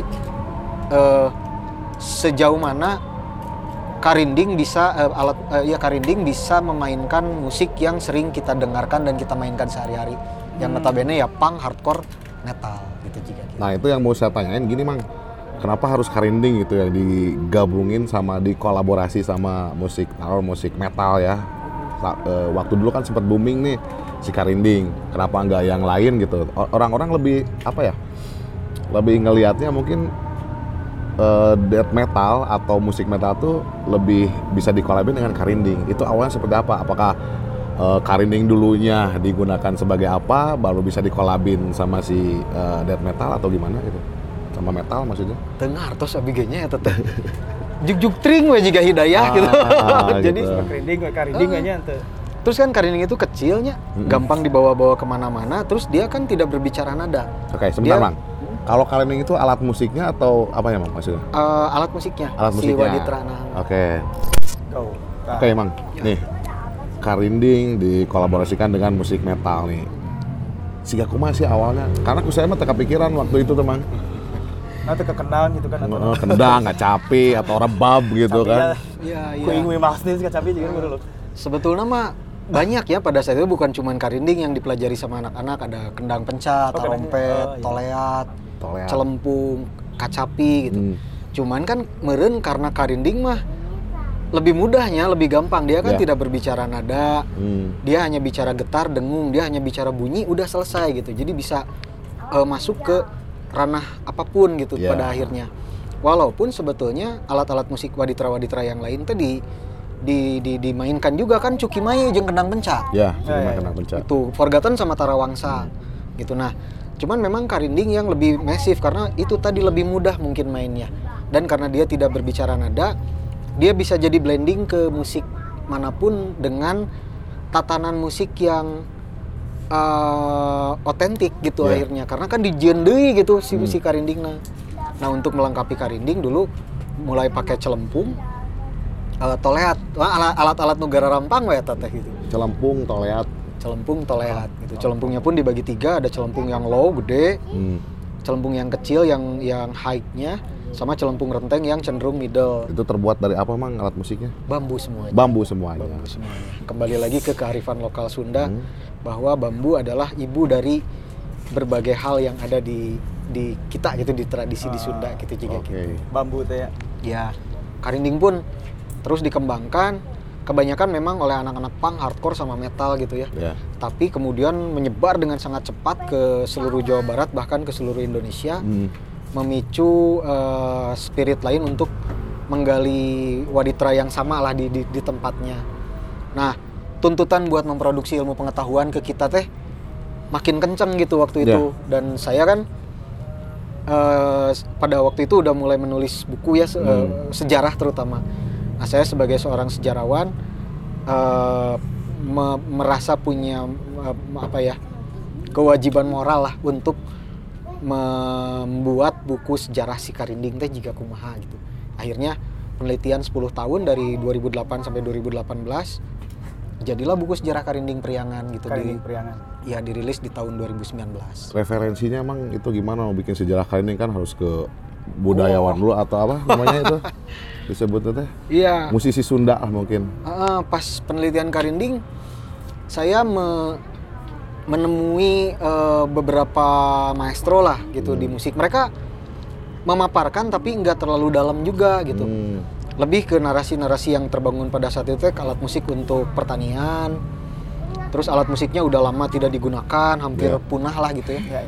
sejauh mana Karinding bisa Karinding bisa memainkan musik yang sering kita dengarkan dan kita mainkan sehari-hari. Yang notabene ya punk, hardcore, metal gitu juga. Nah, itu yang mau saya tanyain gini, Mang. Kenapa harus Karinding gitu ya digabungin sama dikolaborasi sama musik horror, musik metal ya? Waktu dulu kan sempat booming nih si Karinding. Kenapa nggak yang lain gitu? Orang-orang lebih lebih ngelihatnya mungkin death metal atau musik metal tuh lebih bisa dikolabin dengan Karinding. Itu awalnya seperti apa? Apakah Karinding dulunya digunakan sebagai apa, baru bisa dikolabin sama si death metal atau gimana gitu? Sama metal maksudnya? Dengar terus abigenya ya teteh. Juk-juk tring we juga hidayah gitu. Jadi Karinding nya ente. Terus kan Karinding itu kecilnya, gampang dibawa-bawa kemana-mana. Terus dia kan tidak berbicara nada. Oke, sebentar Mang. Kalau Karinding itu alat musiknya atau apa ya Mang maksudnya? Alat musiknya. Alat musiknya. Si Waditra. Oke. Oke Mang. Nih, Karinding dikolaborasikan dengan musik metal nih. Siga kumaha sih awalnya? Karena saya mah teka pikiran waktu itu tuh Mang. Nanti ke kendang gitu kan. Kendang, ngacapi atau rebab gitu kan. Iya. Kuing-kuing masnis ngacapi juga dulu. Sebetulnya mah banyak ya pada saat itu, bukan cuma Karinding yang dipelajari sama anak-anak, ada kendang pencat, tarompet, toleat, celempung, kacapi gitu. Cuman kan meureun karena Karinding mah lebih mudahnya, lebih gampang. Dia kan tidak berbicara nada, dia hanya bicara getar, dengung, dia hanya bicara bunyi, udah selesai gitu. Jadi bisa masuk ke ranah apapun gitu pada akhirnya. Walaupun sebetulnya alat-alat musik waditra-waditra yang lain tadi dimainkan juga kan Cukimayu jeung kendang pencak. Ya, kendang pencak. Itu Forgotten sama Tarawangsa gitu. Nah, cuman memang Karinding yang lebih masif karena itu tadi lebih mudah mungkin mainnya. Dan karena dia tidak berbicara nada, dia bisa jadi blending ke musik manapun dengan tatanan musik yang otentik gitu akhirnya. Karena kan digendei gitu si Karinding. Nah, untuk melengkapi Karinding dulu mulai pakai celempung, toleat, alat-alat negara rampang ya teteh gitu. Celempung, toleat gitu. Celempungnya pun dibagi 3, ada celempung yang low, gede, celempung yang kecil yang high-nya, sama celempung renteng yang cenderung middle. Itu terbuat dari apa Mang alat musiknya? Bambu semuanya. Bambu semuanya. Kembali lagi ke kearifan lokal Sunda, bahwa bambu adalah ibu dari berbagai hal yang ada di kita gitu, di tradisi di Sunda gitu juga gitu. Bambu teh ya. Ya, Karinding pun terus dikembangkan, kebanyakan memang oleh anak-anak punk, hardcore sama metal gitu ya. Tapi kemudian menyebar dengan sangat cepat ke seluruh Jawa Barat, bahkan ke seluruh Indonesia, memicu spirit lain untuk menggali waditra yang sama lah di tempatnya. Nah, tuntutan buat memproduksi ilmu pengetahuan ke kita teh makin kenceng gitu waktu itu. Dan saya kan pada waktu itu udah mulai menulis buku ya, sejarah terutama. Nah, saya sebagai seorang sejarawan merasa punya kewajiban moral lah untuk membuat buku sejarah si Karinding teh jiga kumaha gitu. Akhirnya penelitian 10 tahun dari 2008 sampai 2018 jadilah buku sejarah Karinding Priangan gitu. Priangan. Ya, dirilis di tahun 2019. Referensinya emang itu gimana mau bikin sejarah Karinding? Kan harus ke budayawan dulu atau apa namanya itu disebutnya teh? Iya. Musisi Sunda lah mungkin. Pas penelitian Karinding saya menemui beberapa maestro lah gitu di musik. Mereka memaparkan tapi nggak terlalu dalam juga gitu. Lebih ke narasi-narasi yang terbangun pada saat itu, alat musik untuk pertanian. Terus alat musiknya udah lama tidak digunakan, hampir punah lah gitu ya.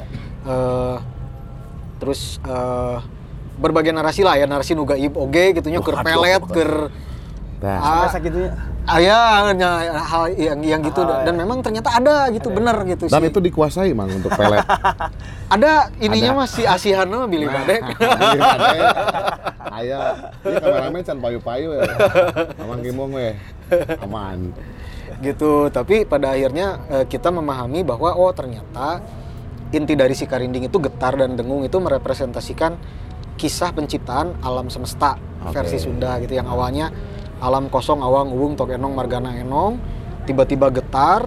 Terus berbagai narasi lah ya, narasi nu gaib oge gitu nya, keur pelet, keur Sampai sakitnya. hal yang gitu dan memang ternyata ada gitu, bener gitu Dan sih. itu dikuasai Mang untuk pelet. Ada ininya masih asihan mah Billy Badek. Aya, ieu kameramen can payu-payu ya. Aman gimong we. Aman. Gitu, tapi pada akhirnya kita memahami bahwa oh ternyata inti dari si Karinding itu getar dan dengung itu merepresentasikan kisah penciptaan alam semesta versi Sunda gitu, yang awalnya alam kosong awang uwung tok enong margana enong, tiba-tiba getar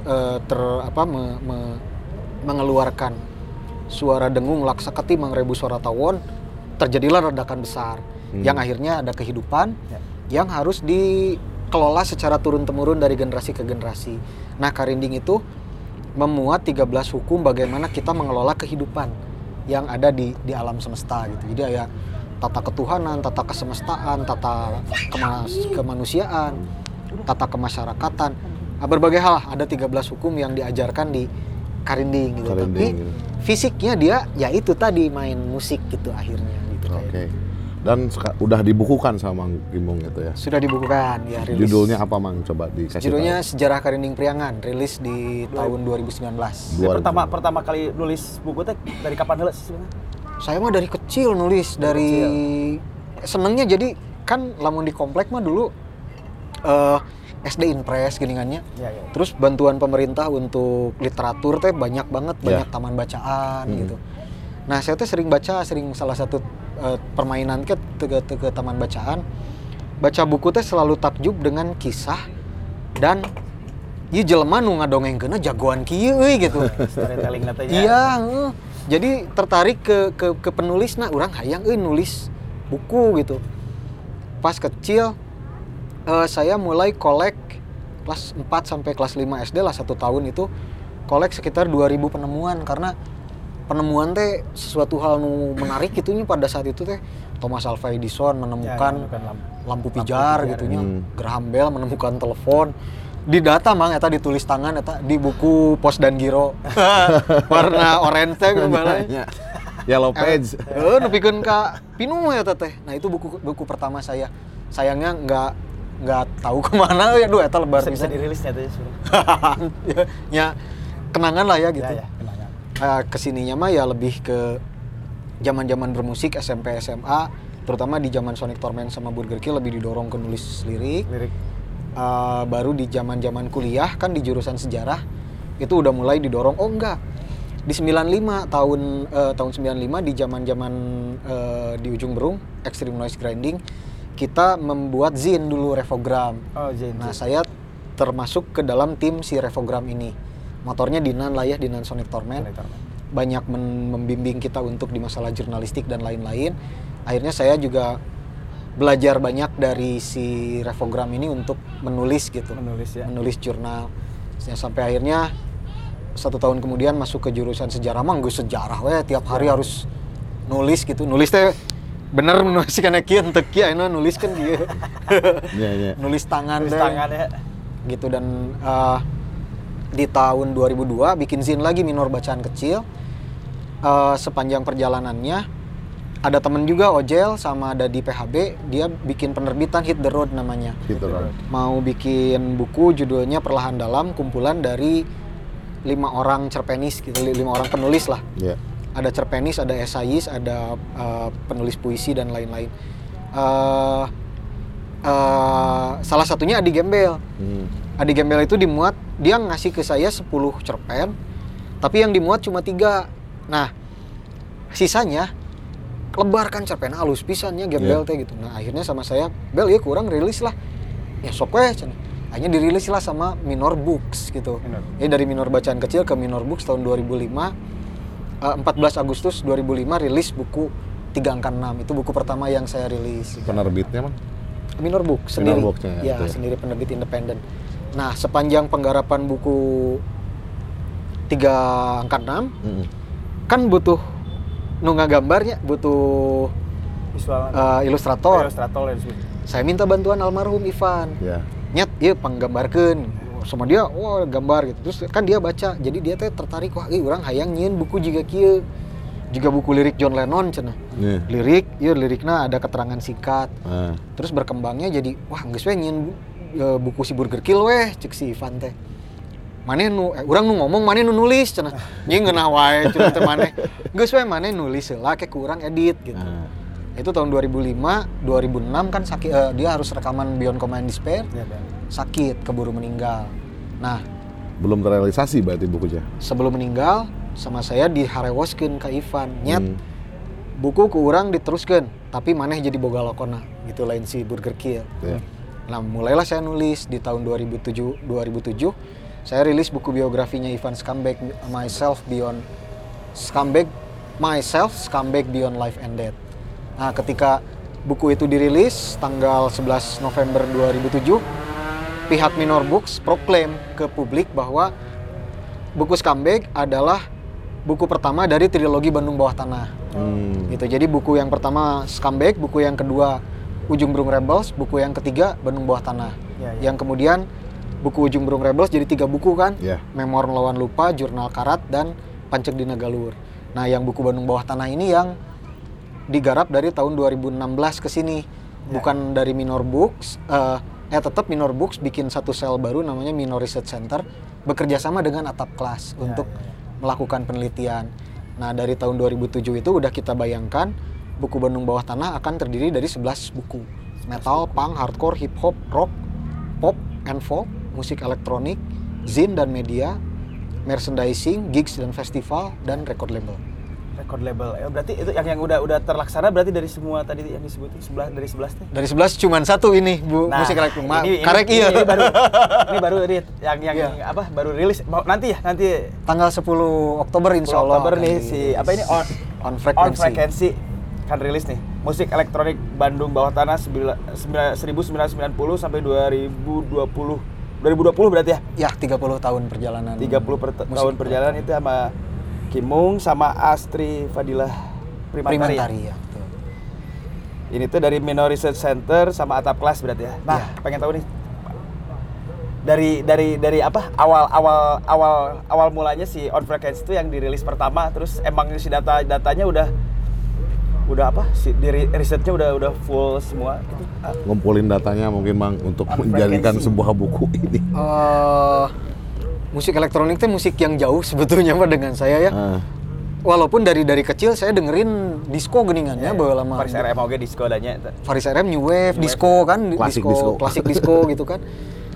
mengeluarkan suara dengung laksaketi mangrebu suara tawon, terjadilah ledakan besar yang akhirnya ada kehidupan yang harus dikelola secara turun-temurun dari generasi ke generasi. Nah, Karinding itu memuat 13 hukum bagaimana kita mengelola kehidupan yang ada di alam semesta gitu. Jadi ya tata ketuhanan, tata kesemestaan, tata kemanusiaan, tata kemasyarakatan, berbagai hal. Ada 13 hukum yang diajarkan di Karinding gitu. Tapi fisiknya dia ya itu tadi main musik gitu akhirnya gitu. Oke. Dan udah dibukukan sama Mang Gimong itu ya. Sudah dibukukan ya, rilis. Judulnya apa Mang, coba dikasih Judulnya tahu. Sejarah Karinding Priangan, rilis di tahun 2019. Pertama kali nulis buku teh dari kapan heula sih sebenarnya? Saya mah dari kecil nulis, dari senengnya. Jadi kan lamun di komplek mah dulu SD Inpres geningannya. Terus bantuan pemerintah untuk literatur teh banyak banget, banyak taman bacaan gitu. Nah, saya tuh sering baca, salah satu permainan ke taman bacaan. Baca buku teh selalu takjub dengan kisah dan ieu jelema nu ngadongengkeunna jagoan kieu euy gitu. Storytelling na teh. Iya, jadi tertarik ke penulisna, urang hayang nulis buku gitu. Pas kecil saya mulai kolek kelas 4 sampai kelas 5 SD lah, 1 tahun itu kolek sekitar 2000 penemuan, karena penemuan teh sesuatu hal nu menarik gitunya pada saat itu teh. Thomas Alva Edison menemukan lampu pijar gitunya, Graham Bell menemukan telepon. Di data Mang eta ditulis tangan eta di buku Pos dan Giro. Warna orange teh gimana? Yellow page. Nepikeun ka Pinu eta teh. Nah, itu buku pertama saya. Sayangnya nggak tahu kemana ya, eta lebar bisa dirilisnya tuh ya. Ya kenangan lah ya gitu. Ya, kenangan. Kesininya mah ya lebih ke zaman-zaman bermusik SMP SMA, terutama di zaman Sonic Torment sama Burger Kill lebih didorong ke nulis lirik. Baru di zaman-zaman kuliah kan di jurusan sejarah itu udah mulai didorong. Oh enggak, di 95 tahun 95 di zaman-zaman di Ujung Berung Extreme Noise Grinding, kita membuat zin dulu, Revogram. Nah, saya termasuk ke dalam tim si Revogram ini. Motornya Dinan lah ya, Dinan Sonic Torment. Banyak membimbing kita untuk di masalah jurnalistik dan lain-lain. Akhirnya saya juga belajar banyak dari si Revogram ini untuk menulis gitu. Menulis jurnal. Sampai akhirnya 1 tahun kemudian masuk ke jurusan sejarah. Gue sejarah we tiap hari harus nulis gitu. Nulis teh bener menulis kana kieu teu kieu ayeuna nulis kan kieu. Nulis tangan ya. Gitu. Dan di tahun 2002 bikin zin lagi, Minor Bacaan Kecil. Sepanjang perjalanannya ada temen juga, Ojel sama ada di PHB, dia bikin penerbitan Hit the Road namanya. Hit the Road. Mau bikin buku judulnya Perlahan Dalam, kumpulan dari 5 orang cerpenis gitu, 5 orang penulis lah. Ada cerpenis, ada esayis, ada penulis puisi dan lain-lain. Salah satunya Adi Gembel. Adi Gembel itu dimuat, dia ngasih ke saya 10 cerpen, tapi yang dimuat cuma 3. Nah, sisanya lebarkan cerpen halus pisannya Gembel teh gitu. Nah, akhirnya sama saya, Bel ya kurang rilis lah. Ya sok weh cenah. Akhirnya dirilis lah sama Minor Books gitu. Ya dari Minor Bacaan Kecil ke Minor Books tahun 2005. 14 Agustus 2005 rilis buku 3 angka 6. Itu buku pertama yang saya rilis. Penerbitnya Mang? Minor Books sendiri. Minor Books-nya, ya, sendiri penerbit independen. Nah, sepanjang penggarapan buku 3 angka 6 kan butuh gambarnya, butuh Visual. ilustrator. Ilustrator. Saya minta bantuan almarhum Ivan. Ya. Nyet, ieu panggambarkeun. Sama dia, wah gambar gitu. Terus kan dia baca, jadi dia teh tertarik, wah urang hayang nyieun buku jiga kieu. Juga buku lirik John Lennon cenah. Yeah. Lirikna ada keterangan singkat. Terus berkembangnya jadi, wah geus we nyieun buku si Burger Kill weh, cek si Ivan teh. Maneh urang nu ngomong maneh nu nulis cenah. Nyieun ngeunah wae cenah teh maneh. Geus we maneh nulis heula ke urang edit gitu. Itu tahun 2005, 2006 kan dia harus rekaman Beyond Command and Despair. Ya, Sakit, keburu meninggal. Nah, Belum terrealisasi berarti bukunya. sebelum meninggal sama saya diharewoskeun ka Ivan. Nyet, buku ku urang diteruskeun, tapi maneh jadi boga lokona gitu lain si Burger Kill. Ya. Nah, mulailah saya nulis di tahun 2007 saya rilis buku biografinya Ivan Scumbag, Scumbag Beyond Life and Death. Nah, ketika buku itu dirilis tanggal 11 November 2007, pihak Minor Books proklaim ke publik bahwa buku Scumbag adalah buku pertama dari trilogi Bandung Bawah Tanah. Gitu. Jadi buku yang pertama Scumbag, buku yang kedua Ujung Berung Rebels, buku yang ketiga Bandung Bawah Tanah. Yang kemudian buku Ujung Berung Rebels jadi 3 buku kan? Memor Lawan Lupa, Jurnal Karat, dan Pancek Dina Galur. Nah, yang buku Bandung Bawah Tanah ini yang digarap dari tahun 2016 ke sini. Bukan dari Minor Books. Tetap Minor Books bikin satu sel baru namanya Minor Research Center, bekerja sama dengan Atap Kelas untuk melakukan penelitian. Nah, dari tahun 2007 itu udah kita bayangkan buku Bandung Bawah Tanah akan terdiri dari 11 buku. Metal, punk, hardcore, hip hop, rock, pop and folk, musik elektronik, zine dan media, merchandising, gigs dan festival, dan record label. Record label. Ya, berarti itu yang udah terlaksana berarti dari semua tadi yang disebutin dari 11 teh. Dari 11 cuman satu ini musik elektronik. Karek iya. Ini baru yang apa? Baru rilis nanti tanggal 10 Oktober insyaallah. Oktober nih si apa ini On Frequency kan rilis nih. Musik elektronik Bandung Bawah Tanah 1990 sampai 2020 berarti ya? Ya, 30 tahun perjalanan. 30 tahun perjalanan itu sama Kimung sama Astri Fadilah Primantari ya. Betul. Ini tuh dari Minor Research Center sama Atap Kelas berarti ya. Nah, pengen tahu nih dari apa awal mulanya si On Frequency itu yang dirilis pertama, terus emang si datanya udah apa si risetnya udah full semua gitu. Ngumpulin datanya mungkin Bang untuk menjadikan sebuah buku ini. Musik elektronik itu musik yang jauh sebetulnya Pak dengan saya ya. Walaupun dari kecil saya dengerin disco geningannya bahwa lama. Faris RM oge disco adanya. Faris RM New Wave, disco kan, klasik disco gitu kan.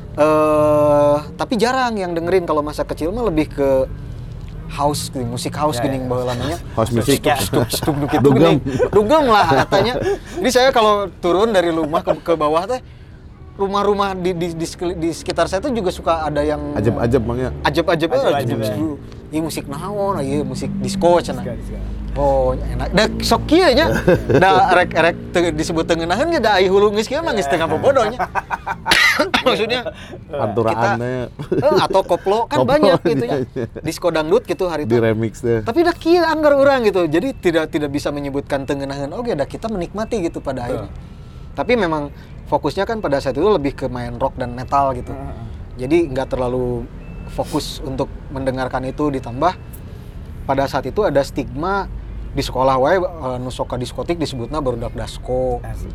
Tapi jarang yang dengerin kalau masa kecil mah lebih ke house, musik house gening bahwa lamanya. House music. Stuk gitu gening. Dugem lah katanya. Ini saya kalau turun dari rumah ke bawah teh rumah-rumah di sekitar saya tuh juga suka ada yang ajab-ajab Bang ya. Ajab-ajab. Ini musik naon, ieu musik disco cenah. Oh, enak. Da sok kieu nya. Da rek disebut teueunaheun ge da ai hulu geus kieu mah geus teu bobodohnya. Maksudnya anturaannya atau koplo kan banyak gitu ya. Disco dangdut gitu hari itu. Di remix deh. Tapi da kieu anggar urang gitu. Jadi tidak bisa menyebutkan teueunaheun oge da kita menikmati gitu pada akhirnya. Tapi memang fokusnya kan pada saat itu lebih ke main rock dan metal gitu. Jadi nggak terlalu fokus untuk mendengarkan itu, ditambah pada saat itu ada stigma di sekolah wae nu soka diskotik disebutna barudak dasko.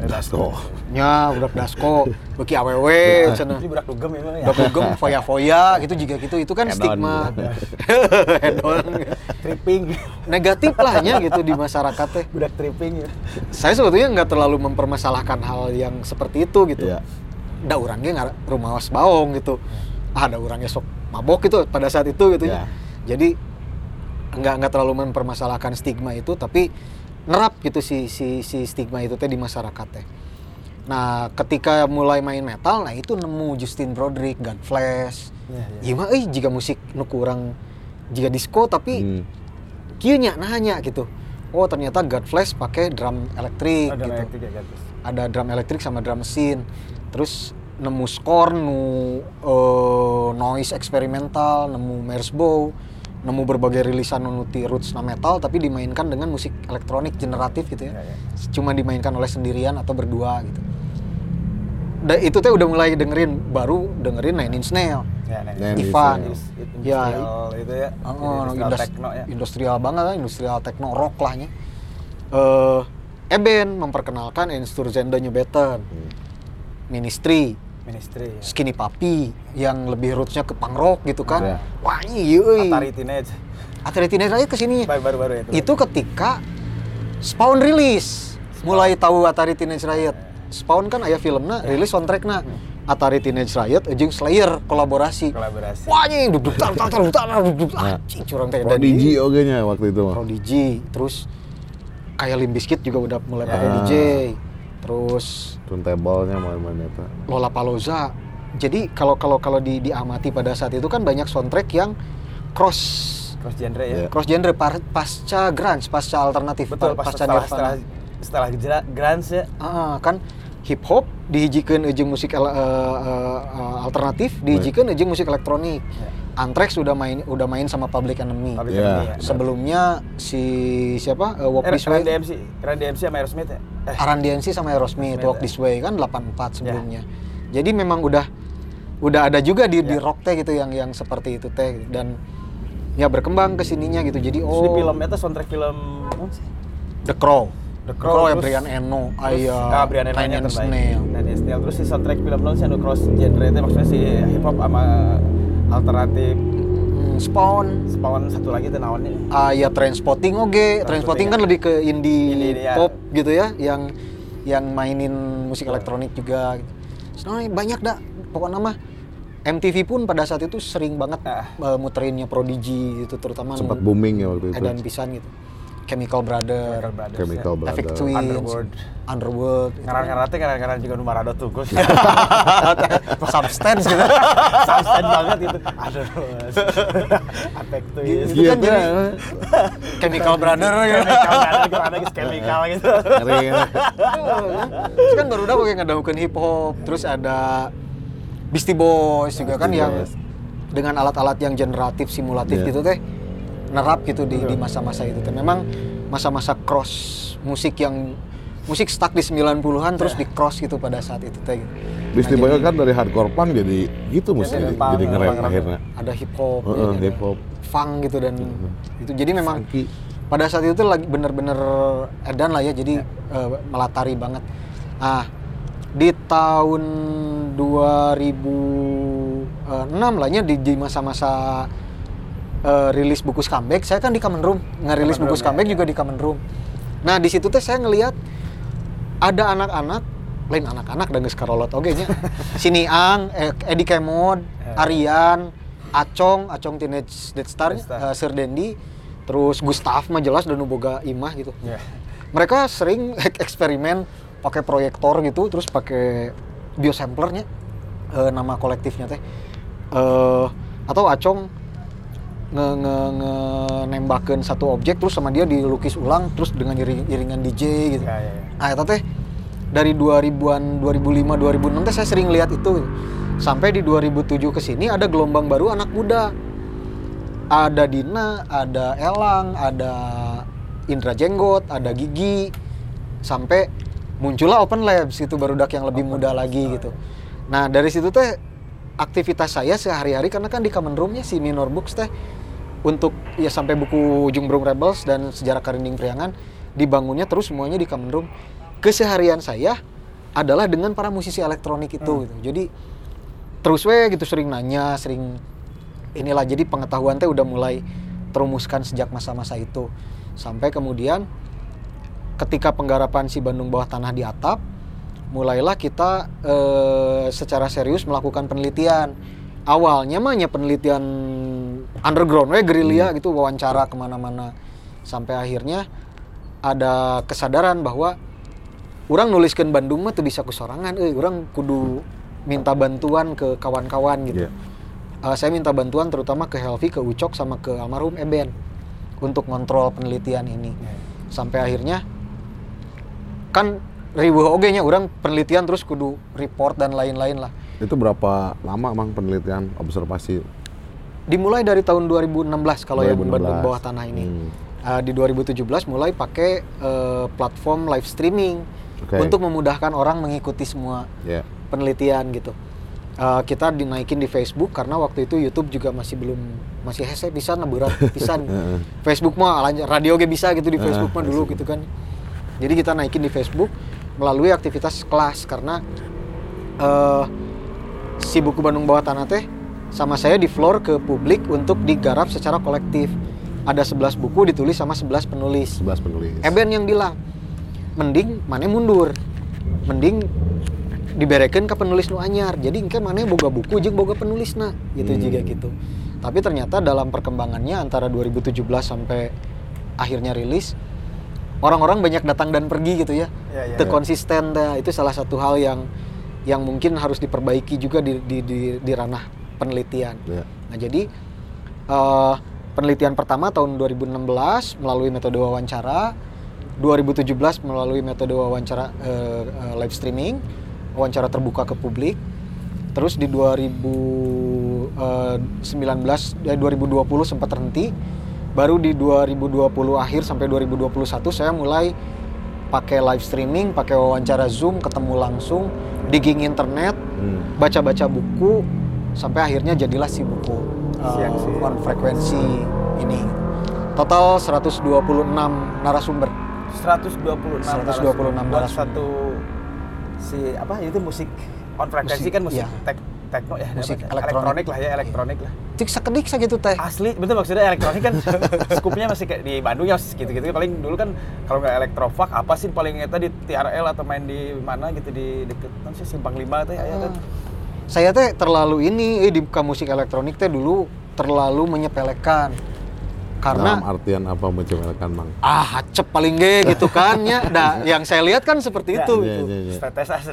Nya budak dasko beuki awewe cenah. Ini budak dugem ya. Budak dugem foya-foya gitu juga gitu. Itu kan stigma. Hedon. Tripping. Negatif lah nya gitu di masyarakat teh. Budak tripping ya. Saya sebetulnya nggak terlalu mempermasalahkan hal yang seperti itu gitu. Iya. Da urangnya rumaos baong gitu. Da urangnya sok mabok gitu pada saat itu gitu ya. Jadi nggak terlalu mempermasalahkan stigma itu, tapi nerap gitu si stigma itu teh di masyarakat teh. Nah, ketika mulai main metal, nah itu nemu Justin Broderick, Godflesh. Iya mah jika musik nu kurang jika disco tapi kieu nya nanya gitu. Oh, ternyata Godflesh pakai drum elektrik gitu. Ada drum elektrik sama drum mesin. Terus nemu skor, noise eksperimental, nemu Merzbow, nemu berbagai rilisan nuti roots na metal tapi dimainkan dengan musik elektronik generatif gitu ya. Cuma dimainkan oleh sendirian atau berdua gitu. Itu teh udah mulai baru dengerin Nine Inch Nails. Ya, Ivan. Ya, itu ya. Industrial banget lah, industrial techno rock lahnya. Eben memperkenalkan Einstürzende Beten. Ministry, ya. Skinny Puppy yang lebih rootsnya ke punk rock gitu kan. Wah, iya. Atari Teenage aja kesini. Baru-baru itu. Itu ketika Spawn rilis. Mulai tahu Atari Teenage Riot. Spawn kan aya filmna, rilis soundtrackna. Atari Teenage Riot jeung Slayer kolaborasi. Wah, anjing duduk anjing curang teh Prodigy oge-nya waktu itu mah. Prodigy, terus kayak Limp Bizkit juga udah mulai pakai DJ. Terus turntable-nya main-main eta. Lollapalooza. Jadi kalau diamati pada saat itu kan banyak soundtrack yang cross genre ya. Cross genre pasca grunge, pasca alternatif. Betul, pasca Nirvana. Setelah grunge ya. Kan hip hop dihijikeun jeung musik alternatif, dihijikeun jeung musik elektronik. Anthrax udah main sama Public Enemy. Ya. Sebelumnya si siapa? Walk This Way. Run DMC sama Aerosmith ya? Run DMC sama Aerosmith, Walk This Way kan 84 sebelumnya. Jadi memang udah ada juga di rock teh gitu yang seperti itu teh dan ya berkembang ke sininya gitu. Jadi di film itu soundtrack film apa sih? The Crow ya Brian Eno, Brian Eno Nine Inch Nails. Terus si soundtrack film non si cross genre itu maksudnya si hip hop sama alternatif. Spawn satu lagi tuh naonnya. Ya Trainspotting oge. Trainspotting kan lebih ke indie pop gitu ya, yang mainin musik elektronik juga gitu. Soalnya banyak dah pokoknya mah. MTV pun pada saat itu sering banget muterinnya Prodigy itu terutama sempat booming ya waktu itu. Edan pisan gitu. Chemical Brothers, Epic Twins, Underworld. Karena juga nu marado tuh Gus. Substance gitu. Substance banget itu. Aduh. Epic Twins. Itu kan jadi Chemical Brothers gitu. Chemical gitu. Terus kan baru udah pakai ngadahukeun hip hop, terus ada Beastie Boys juga kan yang dengan alat-alat yang generatif, simulatif gitu teh. Nerap gitu di masa-masa itu. Memang masa-masa cross musik stuck di 90-an terus di cross gitu pada saat itu teh. Beastie Boys kan dari hardcore punk jadi gitu musiknya. Jadi ngerap akhirnya. Ada hip hop, hip hop, funk gitu dan itu. Jadi memang pada saat itu lagi bener-bener edan lah ya. Jadi melatari banget. Di tahun 2006 lah ya di masa-masa rilis buku Comeback, saya kan di Common Room, ngerilis buku Comeback juga di Common Room. Nah di situ teh saya ngelihat ada anak-anak, lain anak-anak dan geus karolot oge nya. Si Niang, Eddie Kemod, Aryan, Acong Teenage Death Star, Sir Dendi, terus Gustav mah jelas dan boga imah gitu. Mereka sering eksperimen pakai proyektor gitu, terus pakai biosamplernya, nama kolektifnya teh, atau Acong nembakeun satu objek terus sama dia dilukis ulang terus dengan iringan DJ gitu. Nah, eta teh dari 2000-an, 2005, 2006 teh saya sering lihat itu. Gitu. Sampai di 2007 ke sini ada gelombang baru anak muda. Ada Dina, ada Elang, ada Indra Jenggot, ada Gigi. Sampai muncullah Open Labs itu barudak yang lebih muda lagi gitu. Nah, dari situ teh aktivitas saya sehari-hari karena kan di Common Room-nya si Minor Books teh untuk ya sampai buku Ujung Berung Rebels dan Sejarah Karinding Priangan dibangunnya terus semuanya di Common Room. Keseharian saya adalah dengan para musisi elektronik itu gitu. Jadi terus gitu sering nanya, sering inilah jadi pengetahuan teh udah mulai terumuskan sejak masa-masa itu. Sampai kemudian ketika penggarapan si Bandung Bawah Tanah di Atap, mulailah kita secara serius melakukan penelitian. Awalnya mah penelitian underground, gerilya gitu, wawancara kemana-mana. Sampai akhirnya ada kesadaran bahwa orang nuliskeun Bandung mah teu bisa kusorangan, orang kudu minta bantuan ke kawan-kawan gitu. Saya minta bantuan terutama ke Helvi, ke Ucok, sama ke almarhum Eben untuk ngontrol penelitian ini. Sampai akhirnya kan riweuh oge nya urang penelitian terus kudu report dan lain-lain lah. Itu berapa lama Mang penelitian observasi? Dimulai dari tahun 2016 kalau yang 2016. Bandung Bawah Tanah ini. Di 2017 mulai pakai platform live streaming untuk memudahkan orang mengikuti semua penelitian gitu. Kita dinaikin di Facebook karena waktu itu YouTube juga masih hese pisan berat pisan. Facebook mah radio ge bisa gitu di Facebook mah dulu gitu kan. Jadi kita naikin di Facebook melalui aktivitas kelas karena si buku Bandung Bawah Tanah teh sama saya di floor ke publik untuk digarap secara kolektif. Ada 11 buku ditulis sama 11 penulis. 11 penulis. Eben yang bilang, mending mana mundur. Mending diberekeun ke penulis nu anyar. Jadi engke mana boga buku jeung boga penulisna gitu juga gitu. Tapi ternyata dalam perkembangannya antara 2017 sampai akhirnya rilis, orang-orang banyak datang dan pergi gitu ya. Teu konsisten dah. Itu salah satu hal yang mungkin harus diperbaiki juga di ranah penelitian. Nah, jadi penelitian pertama tahun 2016 melalui metode wawancara, 2017 melalui metode wawancara live streaming, wawancara terbuka ke publik. Terus di 2020 sempat terhenti. Baru di 2020 akhir sampai 2021 saya mulai pakai live streaming, pakai wawancara Zoom, ketemu langsung, digging internet, baca-baca buku, sampai akhirnya jadilah si buku on frekuensi ini. Total 126 narasumber. 126 narasumber. Satu itu musik on frekuensi kan musik techno ya, musik elektronik lah. Cik sakedik sakitu teh. Asli, betul maksudnya elektronik kan skupnya masih kayak di Bandung ya gitu-gitu. Paling dulu kan kalau nggak elektrofak apa sih paling eta di TRL atau main di mana gitu di deket sih Simpang 5 teh aya kan. Saya teh terlalu di musik elektronik teh dulu terlalu menyepelekan. Karena dalam artian apa menyepelekan Mang? Hacep paling ge gitu kan ya. Yang saya lihat kan seperti itu. Tetes asli.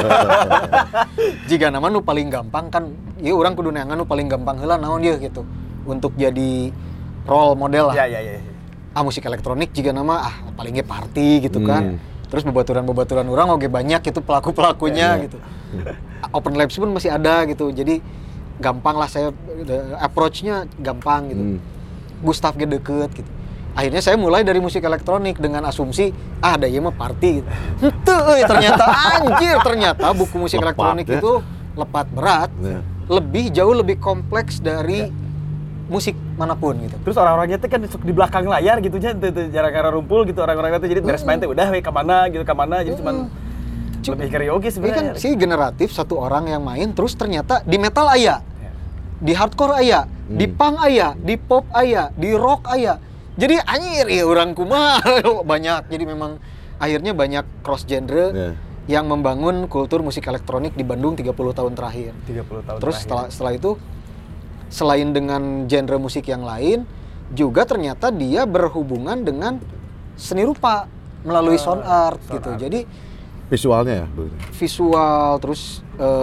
Jika nama nu paling gampang kan, ieu urang kudu neangan nu paling gampang heula naon ieu gitu. Untuk jadi role model lah. Iya. Musik elektronik jika nama paling ge party gitu kan. Terus bebaturan orang oke banyak gitu pelaku-pelakunya gitu. Open Labs pun masih ada gitu. Jadi gampang lah saya approach-nya gampang gitu. Gustaf ge deket gitu. Akhirnya saya mulai dari musik elektronik dengan asumsi ada ieu mah party gitu. Henteu ternyata buku musik lepat elektronik ya? Itu lepat berat. Jauh lebih kompleks dari musik manapun gitu. Terus orang-orangnya tuh kan di belakang layar gitu nya jarang-jarang rumpul gitu orang-orangnya tuh jadi beres main teh udah ke mana jadi cuman lebih karaoke sebenarnya. Kan si generatif satu orang yang main terus ternyata di metal aya. Di hardcore aya, di punk aya, di pop aya, di rock aya. Jadi anjir ya orang kumaha banyak. Jadi memang akhirnya banyak cross genre yang membangun kultur musik elektronik di Bandung 30 tahun terakhir. 30 tahun terus terakhir. Setelah itu selain dengan genre musik yang lain, juga ternyata dia berhubungan dengan seni rupa melalui sound art gitu. Jadi visualnya ya? Visual, terus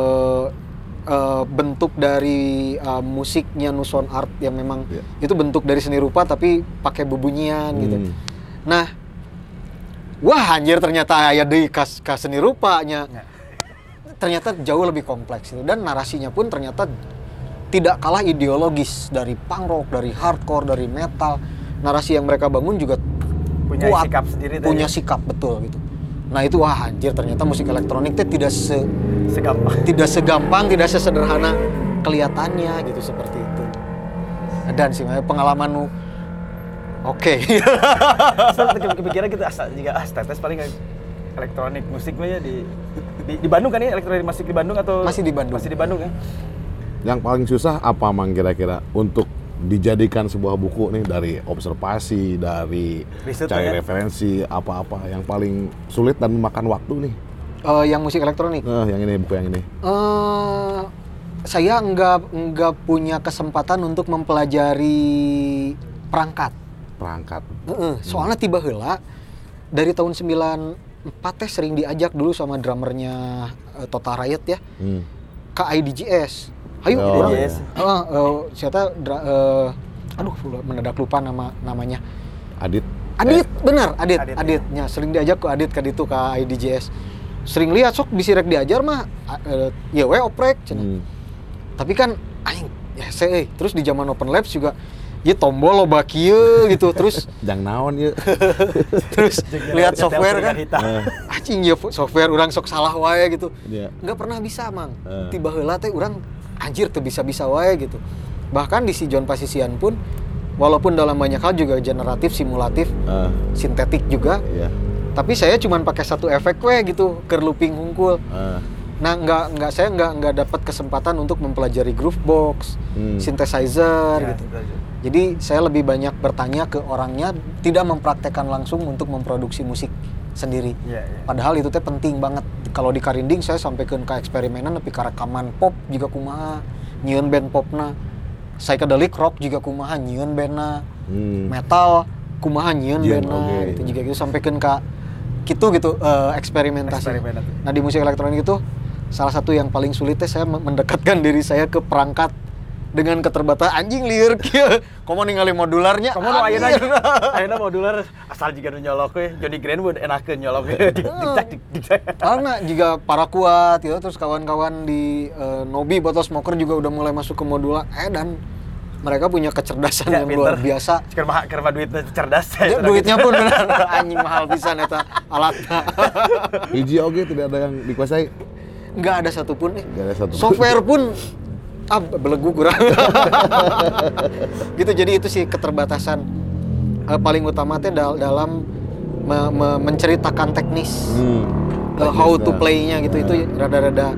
bentuk dari musiknya sound art yang memang itu bentuk dari seni rupa tapi pakai bebunyian gitu. Nah, wah anjir ternyata aya deui ka seni rupanya. Ternyata jauh lebih kompleks gitu. Dan narasinya pun ternyata tidak kalah ideologis dari punk rock, dari hardcore, dari metal. Narasi yang mereka bangun juga punya kuat, sikap sendiri, punya sikap betul gitu. Nah itu wah anjir ternyata musik elektronik itu tidak segampang, tidak sesederhana kelihatannya gitu seperti itu. Dan sih pengalamanmu oke. Kepikiran kita tetes paling elektronik musik ya di Bandung kan ya, elektronik musik di Bandung atau masih di Bandung? Masih di Bandung ya. Yang paling susah apa Mang kira-kira untuk dijadikan sebuah buku nih, dari observasi, dari cari referensi, apa-apa yang paling sulit dan memakan waktu nih? Yang musik elektronik? Yang ini, buku yang ini. Saya nggak punya kesempatan untuk mempelajari perangkat. Soalnya tiba heula dari tahun 94 teh sering diajak dulu sama drummernya Total Riot ya, ke IDGS. Ayo, siapa mendadak lupa namanya. Adit, benar, Aditnya sering diajak ke Adit ke IDJS. sering lihat sok bisa rek diajar mah ya we oprek cenah. Tapi kan aing ya saya terus di zaman open labs juga ya tombol loba kieu gitu terus jang naon ieu. terus lihat software kan anjing ya software urang sok salah wae gitu. Enggak pernah bisa mang. Tiba heula teh urang anjir teu bisa-bisa wae gitu. Bahkan di si John Pasisian pun walaupun dalam banyak hal juga generatif, simulatif, sintetik juga. Tapi saya cuma pakai satu efek gitu, ke looping hungkul. Nah, saya nggak dapat kesempatan untuk mempelajari groovebox, synthesizer gitu. Jadi saya lebih banyak bertanya ke orangnya, tidak mempraktekkan langsung untuk memproduksi musik sendiri. Padahal itu teh penting banget. Kalau di Karinding saya sampaikan ke eksperimenan tapi ke rekaman pop juga kumaha, nyieun band popna. Psychedelic rock juga kumaha nyieun bandna. Metal kumaha nyieun bandna gitu juga gitu sampaikan ke gitu eksperimentasi. Nah di musik elektronik itu salah satu yang paling sulit saya mendekatkan diri saya ke perangkat dengan keterbatasan anjing lieur kieu. Komo ningali modularnya. Komo ayeuna modular asal jiga nu nyolok we Johnny Greenwood enakeun nyolok we. Karena juga para kuat ya terus kawan-kawan di Nobi Botol Smoker juga udah mulai masuk ke modular dan mereka punya kecerdasan yang luar biasa. Keur mah duitnya cerdas. Ya, duitnya pun benar anjing mahal pisan eta alatna. Hiji oge tidak ada yang dikuasai. Enggak ada satupun nih. Software pun belegu kurang. Gitu jadi itu sih keterbatasan paling utama teh dalam menceritakan teknis. How to play-nya gitu itu rada-rada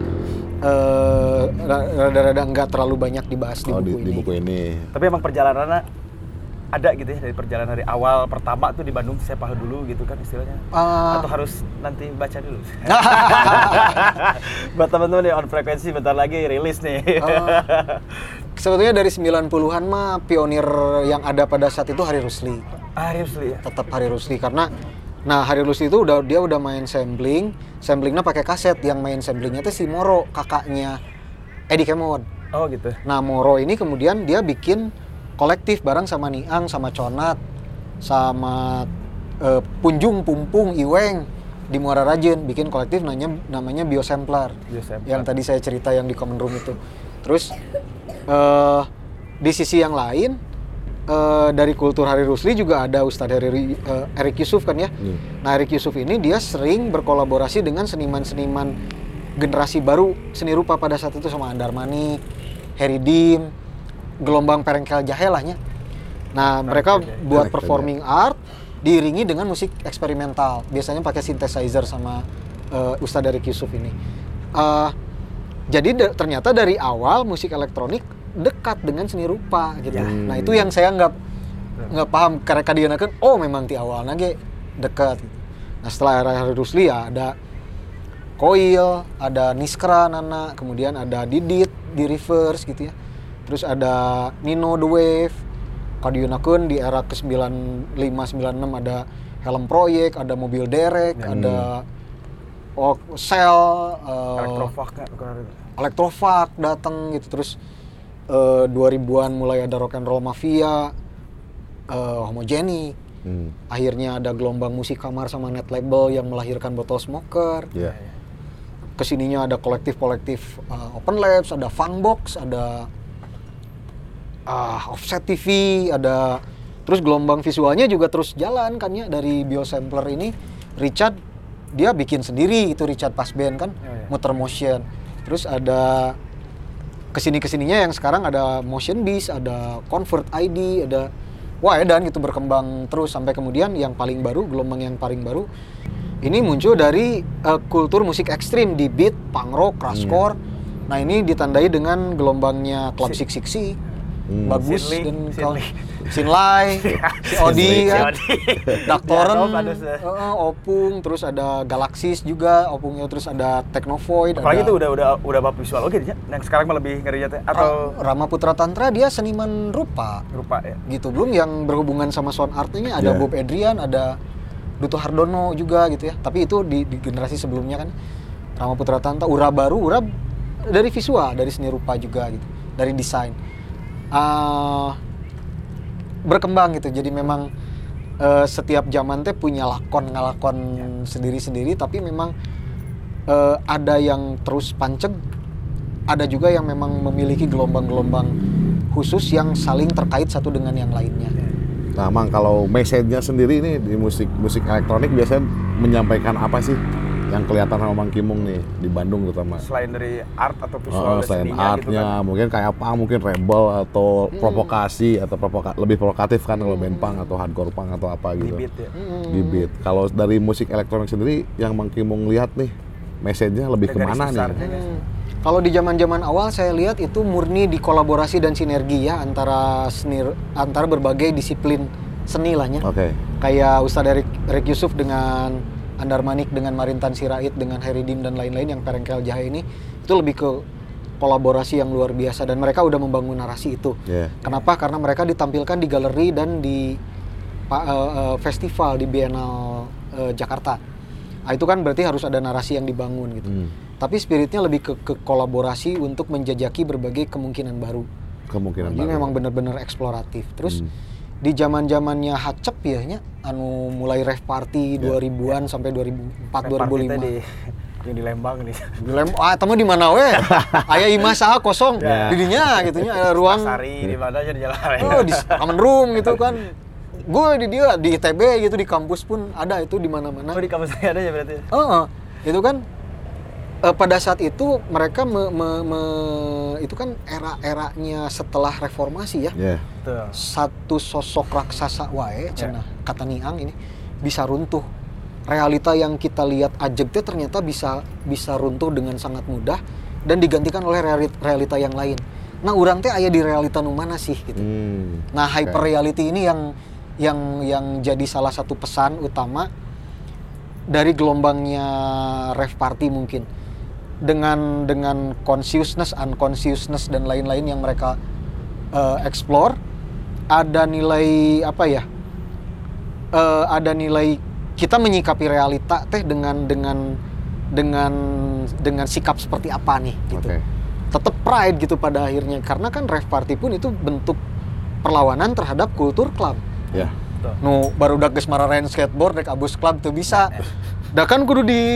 enggak terlalu banyak dibahas di buku ini. Tapi emang perjalanannya ada gitu ya dari perjalanan dari awal pertama tuh di Bandung saya paham dulu gitu kan istilahnya. Atau harus nanti baca dulu. Buat teman-teman nih On Frekuensi bentar lagi rilis nih. Sebetulnya dari 90-an mah pionir yang ada pada saat itu Hari Rusli. Hari Rusli ya. Tetap Hari Rusli karena Hari Rusli itu dia udah main samplingnya pakai kaset, yang main samplingnya itu si Moro, kakaknya Eddie Kemod. Oh gitu. Nah Moro ini kemudian dia bikin kolektif bareng sama Niang, sama Conat, sama Punjung, Pumpung, Iweng di Muara Rajen bikin kolektif namanya Biosampler. Yang tadi saya cerita yang di Common Room itu. Terus di sisi yang lain dari kultur Hari Rusli juga ada Ustadz Erik Yusuf kan ya. Nah Erik Yusuf ini dia sering berkolaborasi dengan seniman-seniman generasi baru seni rupa pada saat itu sama Andar Manik, Harry Dim, Gelombang Perengkel Jahe lahnya. Nah mereka buat performing art diiringi dengan musik eksperimental. Biasanya pakai synthesizer sama Ustadz Erik Yusuf ini. Jadi ternyata dari awal musik elektronik dekat dengan seni rupa gitu. Nah itu yang saya nggak paham karena kadienakeun memang ti awalna ge dekat gitu. Nah setelah era Hari Rusli ya ada Koil, ada Niskra Nana, kemudian ada Didit di Reverse gitu ya. Terus ada Nino The Wave. Kadienakeun di era ke 95 96 ada Helm Project, ada Mobil Derek, ada Cell, Electrofag datang gitu. Terus 2000-an mulai ada Rock and Roll Mafia, Homogenic. Akhirnya ada gelombang musik kamar sama net label yang melahirkan Botol Smoker. Kesininya ada kolektif-kolektif Open Labs, ada Funkbox, ada Offset TV, ada terus gelombang visualnya juga terus jalan kan ya dari Biosampler ini. Richard dia bikin sendiri itu Richard Pasben kan, muter motion. Terus ada kesininya yang sekarang ada Motion Beast, ada Convert ID, ada dan gitu berkembang terus sampai kemudian yang paling baru, gelombang yang paling baru ini muncul dari kultur musik ekstrim di beat, punk rock, crashcore. Nah ini ditandai dengan gelombangnya Club 666, Bagus dan Sinlai, si Odi kan, Daktoren, Opung, terus ada Galaxis juga, Opungnya terus ada Technovoid. Apalagi itu udah bab visual oke ya. Yang sekarang mah lebih ngerinya teh atau Rama Putra Tantra dia seniman rupa ya. Gitu. Belum yang berhubungan sama sound art-nya ada Bob Adrian, ada Duto Hardono juga gitu ya. Tapi itu di generasi sebelumnya kan Rama Putra Tantra, Ura dari visual, dari seni rupa juga gitu, dari desain. Berkembang gitu. Jadi memang setiap zaman teh punya ngalakon sendiri-sendiri, tapi memang ada yang terus panceg, ada juga yang memang memiliki gelombang-gelombang khusus yang saling terkait satu dengan yang lainnya. Nah, Mang, kalau message-nya sendiri nih di musik elektronik biasanya menyampaikan apa sih yang kelihatan sama Mang Kimung nih di Bandung terutama? Selain dari art atau visual Selain seninya artnya, gitu kan. mungkin kayak apa? Mungkin rebel atau provokasi atau lebih provokatif kan kalau band punk atau hardcore punk atau apa gitu. Di beat ya. Di beat. Kalau dari musik elektronik sendiri yang Mang Kimung lihat nih, message-nya lebih kemana nih? Kalau di zaman-zaman awal saya lihat itu murni di kolaborasi dan sinergi ya antara berbagai disiplin seni lahnya. Oke. Kayak Ustadz Erik Yusuf dengan Andar Manik, dengan Marintan Sirait, dengan Heridim dan lain-lain yang Perengkel Jahe ini, itu lebih ke kolaborasi yang luar biasa dan mereka udah membangun narasi itu. Yeah. Kenapa? Karena mereka ditampilkan di galeri dan di festival di Biennale Jakarta. Nah, itu kan berarti harus ada narasi yang dibangun gitu. Tapi spiritnya lebih ke kolaborasi untuk menjajaki berbagai kemungkinan baru. Jadi memang benar-benar eksploratif. Terus di zaman-zamannya Hacep ya nya, mulai rave party 2000-an sampai 2004 2005. Yang di Lembang nih. Di Lembang, temu di mana we? Aya imah saha kosong didinya gitu nya, ada ruang Pasari di mana aja di jalan raya. Oh, di common room gitu kan. Gue di dia di ITB gitu, di kampus pun ada itu di mana-mana. Oh, di kampus saya ada ya berarti. Itu kan pada saat itu mereka itu kan era-eranya setelah reformasi ya. Yeah. Betul. Satu sosok raksasa wae cenah kata Niang ini bisa runtuh. Realita yang kita lihat ajeg teh ternyata bisa runtuh dengan sangat mudah dan digantikan oleh realita yang lain. Nah, urang teh aya di realita nu mana sih gitu. Nah, hyper reality ini yang jadi salah satu pesan utama dari gelombangnya rave party mungkin. Dengan consciousness, unconsciousness dan lain-lain yang mereka explore, ada nilai apa ya? Ada nilai kita menyikapi realita teh dengan sikap seperti apa nih gitu. Okay. Tetap pride gitu pada akhirnya, karena kan rave party pun itu bentuk perlawanan terhadap kultur club. Ya. Nu baru udah geus mararaen skateboard rek abus club tuh bisa. Da kan kudu di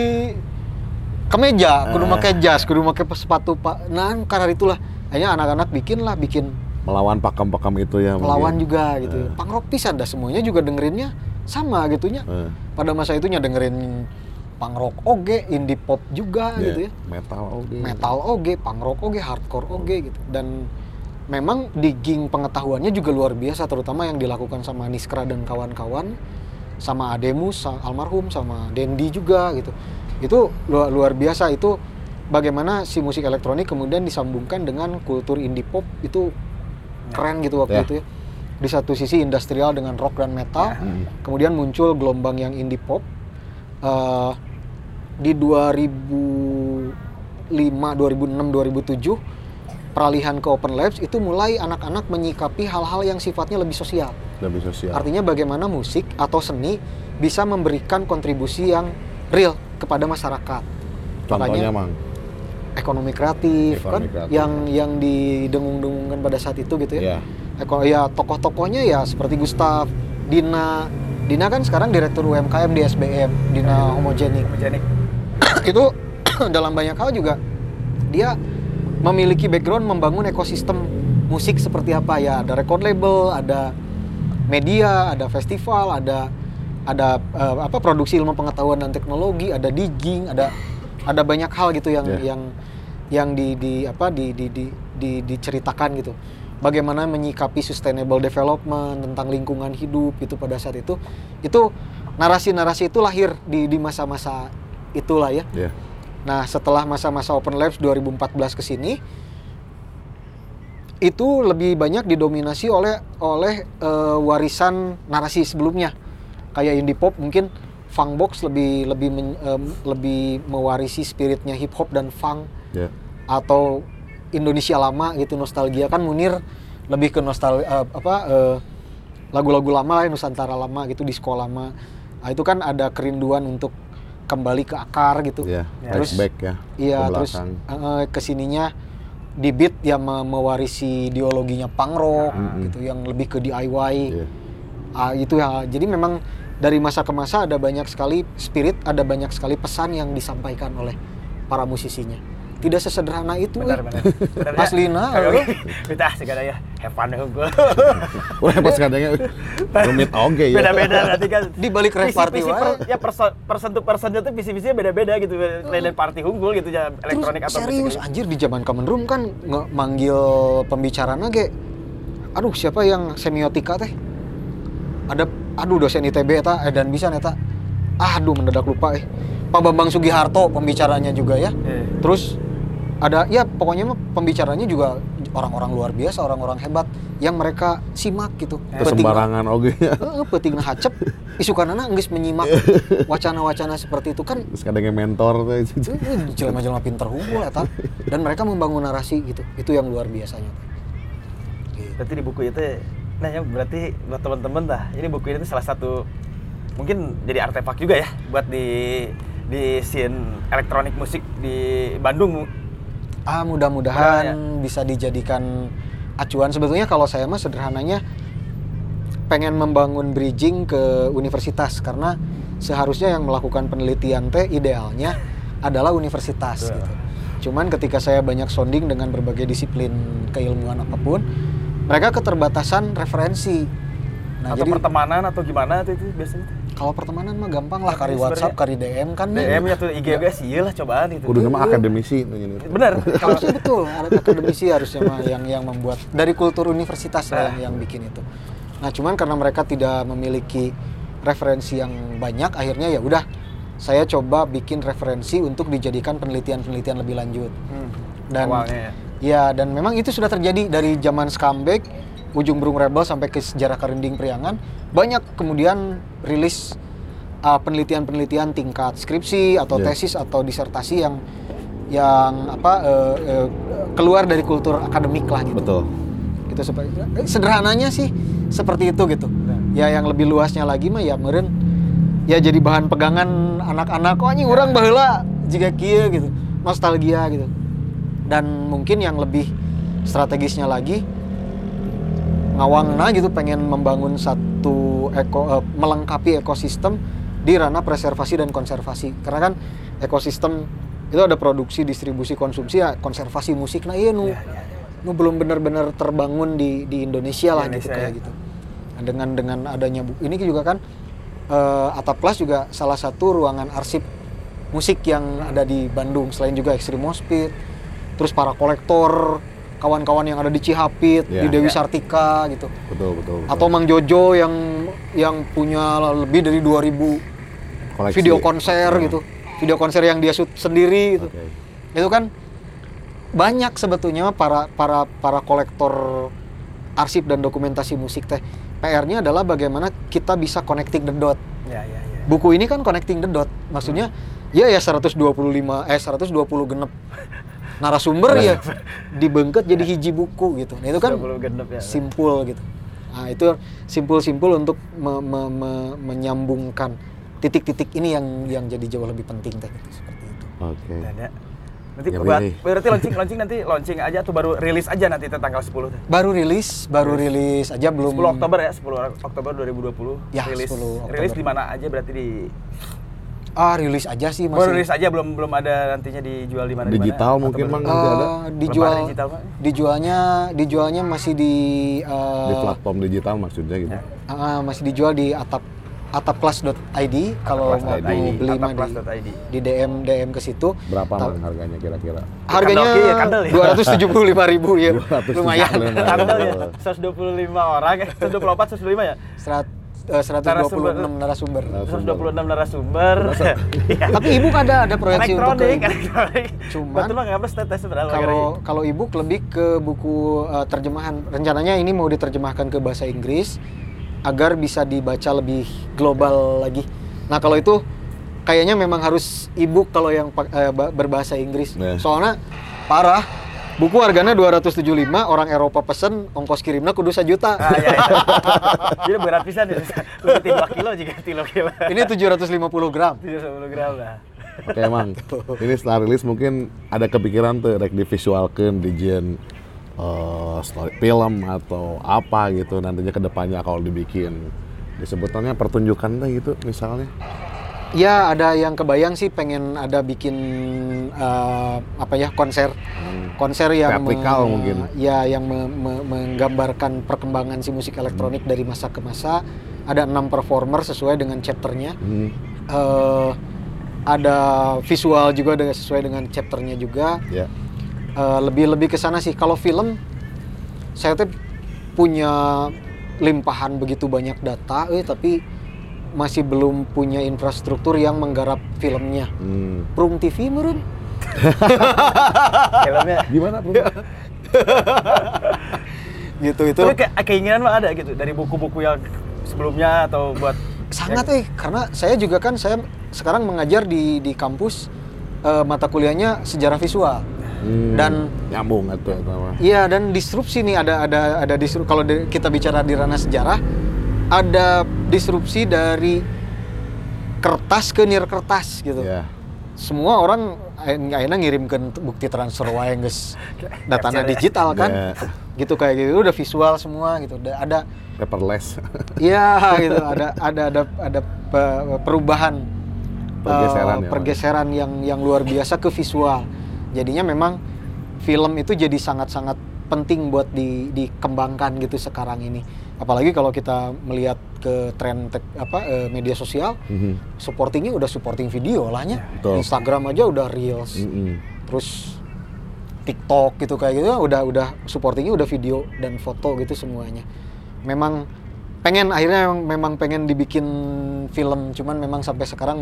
kemeja, kudu make jas, kudu make sepatu Pak. Nah, karena itulah akhirnya anak-anak bikin melawan pakam-pakam itu ya. Melawan juga gitu. Punk rock pisan dah semuanya juga dengerinnya sama gitunya. Pada masa itunya dengerin punk rock oge, indie pop juga gitu ya. Metal oge, punk rock oge, hardcore oge gitu. Dan memang digging pengetahuannya juga luar biasa, terutama yang dilakukan sama Niskra dan kawan-kawan, sama Ademus, almarhum, sama Dendi juga gitu. Itu luar biasa, itu bagaimana si musik elektronik kemudian disambungkan dengan kultur indie pop, itu keren gitu waktu itu ya. Di satu sisi industrial dengan rock dan metal, kemudian muncul gelombang yang indie pop. Di 2005, 2006, 2007 peralihan ke open labs itu mulai anak-anak menyikapi hal-hal yang sifatnya lebih sosial. Artinya bagaimana musik atau seni bisa memberikan kontribusi yang real kepada masyarakat. Contohnya, Mang? Ekonomi kreatif kan yang didengung-dengungkan pada saat itu gitu ya. Ya tokoh-tokohnya ya seperti Gustav, Dina kan sekarang direktur UMKM di SBM, Dina Homogenik. Itu dalam banyak hal juga dia memiliki background membangun ekosistem musik seperti apa ya, ada record label, ada media, ada festival, ada produksi ilmu pengetahuan dan teknologi, ada digging, ada banyak hal gitu yang diceritakan gitu. Bagaimana menyikapi sustainable development, tentang lingkungan hidup itu pada saat itu narasi-narasi itu lahir di masa-masa itulah ya. Nah, setelah masa-masa Open Labs 2014 ke sini itu lebih banyak didominasi oleh warisan narasi sebelumnya. Kayak indie pop mungkin Funkbox lebih mewarisi spiritnya hip hop dan funk. Atau Indonesia lama gitu, nostalgia kan Munir lebih ke lagu-lagu lama lah, Nusantara lama gitu, disco lama. Nah, itu kan ada kerinduan untuk kembali ke akar gitu. Terus back ya. Iya, terus kesininya di beat yang mewarisi ideologinya punk rock gitu, yang lebih ke DIY. Itu ya. Jadi memang dari masa ke masa ada banyak sekali spirit, ada banyak sekali pesan yang disampaikan oleh para musisinya. Tidak sesederhana itu. Benar. Aslina. Kita segala ya, have fun unggul. Udah pas kadangnya rumit oke ya. Beda-beda nanti kan. Di balik rave party wae. Ya persen to persen itu visi-visinya beda-beda gitu. Lain party unggul gitu ya, elektronik atau serius musik. anjir di zaman Common Room kan manggil pembicarana ge. Aduh siapa yang semiotika teh? Ada dosen ITB eta dan bisa eta. Aduh mendadak lupa Pak Bambang Sugiharto pembicaranya juga ya. Terus ada ya pokoknya mah pembicaranya juga orang-orang luar biasa, orang-orang hebat yang mereka simak gitu. Sembarangan oge nya. Peutingna hacep isukanana geus menyimak wacana-wacana seperti itu kan. Terus kadangnya mentor teh. Jelema-jelema pinter unggul eta dan mereka membangun narasi gitu. Itu yang luar biasanya. Berarti di buku itu nanya berarti buat teman-teman dah. Ini buku ini salah satu mungkin jadi artefak juga ya buat di scene elektronik musik di Bandung. Mudah-mudahan bisa dijadikan acuan. Sebetulnya kalau saya mah sederhananya pengen membangun bridging ke universitas karena seharusnya yang melakukan penelitian teh idealnya adalah universitas gitu. Cuman ketika saya banyak sounding dengan berbagai disiplin keilmuan apapun, mereka keterbatasan referensi. Nah, atau jadi pertemanan atau gimana tuh itu biasanya? Kalau pertemanan mah gampang lah, kari WhatsApp, kari DM kan. DM-nya tuh IG juga sih lah cobaan itu. Kudu nama akademisi Bener. Harusnya betul, ada akademisi harusnya mah yang membuat dari kultur universitas lah yang bikin itu. Nah, cuman karena mereka tidak memiliki referensi yang banyak, akhirnya ya udah saya coba bikin referensi untuk dijadikan penelitian-penelitian lebih lanjut. Dan awalnya ya dan memang itu sudah terjadi dari zaman Scumbag, Ujung Berung Rebel sampai ke Sejarah Karinding Priangan, banyak kemudian rilis penelitian-penelitian tingkat skripsi atau tesis atau disertasi yang keluar dari kultur akademik lah gitu. Betul. Gitu sederhananya sih seperti itu gitu. Ya yang lebih luasnya lagi mah ya meureun ya jadi bahan pegangan anak-anak, anjing urang baheula jiga kieu gitu. Nostalgia gitu. Dan mungkin yang lebih strategisnya lagi ngawangna gitu pengen membangun satu melengkapi ekosistem di ranah preservasi dan konservasi. Karena kan ekosistem itu ada produksi, distribusi, konsumsi, ya konservasi musik. Nah iya nu belum benar-benar terbangun di Indonesia lah gitu kayak gitu. Nah, dengan adanya ini juga kan Atap Class juga salah satu ruangan arsip musik yang ada di Bandung, selain juga Extreme Moshpit, terus para kolektor, kawan-kawan yang ada di Cihapit, di Dewi Sartika gitu. Betul. Atau Mang Jojo yang punya lebih dari 2000 koleksi video konser gitu. Video konser yang dia shoot sendiri gitu. Itu kan banyak sebetulnya para kolektor arsip dan dokumentasi musik teh. PR-nya adalah bagaimana kita bisa connecting the dot. Buku ini kan connecting the dot. Maksudnya ya 120 genep narasumber ya dibengket jadi hiji buku gitu. Nah itu kan simpul gitu. Nah itu simpul untuk menyambungkan titik-titik ini yang jadi jauh lebih penting teh gitu, seperti itu. Oke. Nanti berarti launching aja atau baru rilis aja nanti tanggal 10 teh. Baru rilis aja belum 10 Oktober ya, 10 Oktober 2020. Ya, rilis 10 Oktober. Rilis di mana aja berarti di rilis aja sih masih. Baru rilis aja belum ada nantinya dijual di mana digital dimana, mungkin Mang nanti ada. Dijualnya masih di platform digital maksudnya gitu. Masih dijual di atapclass.id kalau mau beli mah di DM ke situ. Berapa Mang harganya kira-kira? Harganya 275.000 ya. Lumayan. Kandel ya. 125 orang, 124 125 ya? 126 narasumber. 126 narasumber. Tapi ebook ada proyeksi elektronik. Cuman betul nggak apa status berapa? Kalau ebook lebih ke buku terjemahan. Rencananya ini mau diterjemahkan ke bahasa Inggris agar bisa dibaca lebih global lagi. Nah kalau itu kayaknya memang harus ebook kalau yang berbahasa Inggris. Soalnya parah. Buku harganya 275, orang Eropa pesen, ongkos kirimnya kudu 1 juta. Jadi berat pisan ya. Lebih 2 kilo juga 3 kilo. Ini 750 gram. 750 gram lah. Oke Mang, ini setelah rilis mungkin ada kepikiran tuh rek divisualkeun di gen story film atau apa gitu nantinya kedepannya kalau dibikin disebutannya pertunjukan tuh gitu misalnya. Ya ada yang kebayang sih pengen ada bikin konser yang Teatrikal mungkin. Ya yang menggambarkan perkembangan si musik elektronik dari masa ke masa. Ada 6 performer sesuai dengan chapternya. Ada visual juga sesuai dengan chapternya juga. Ya. Lebih ke sana sih. Kalau film saya tuh punya limpahan begitu banyak data, tapi masih belum punya infrastruktur yang menggarap filmnya. Prung TV meren. Filmnya Gimana bro? Gitu itu. tapi keinginan mah ada gitu dari buku-buku yang sebelumnya atau buat Sangat karena saya juga kan saya sekarang mengajar di kampus mata kuliahnya sejarah visual. Dan nyambung atau apa? iya, dan disrupsi nih ada disrupsi. Kalau kita bicara di ranah sejarah, ada disrupsi dari kertas ke nirkertas gitu. Ya. Semua orang akhirnya ngirimkan bukti transfer wae geus datanya digital kan. Yeah. Gitu kayak gitu udah visual semua gitu. Ada Paperless. iya gitu, ada perubahan pergeseran yang luar biasa ke visual. Jadinya memang film itu jadi sangat-sangat penting buat dikembangkan gitu sekarang ini. Apalagi kalau kita melihat ke tren media sosial, supportingnya udah supporting video lahnya. Betul. Instagram aja udah reels, terus TikTok gitu kayak gitu udah supportingnya udah video dan foto gitu semuanya. Memang pengen dibikin film, cuman memang sampai sekarang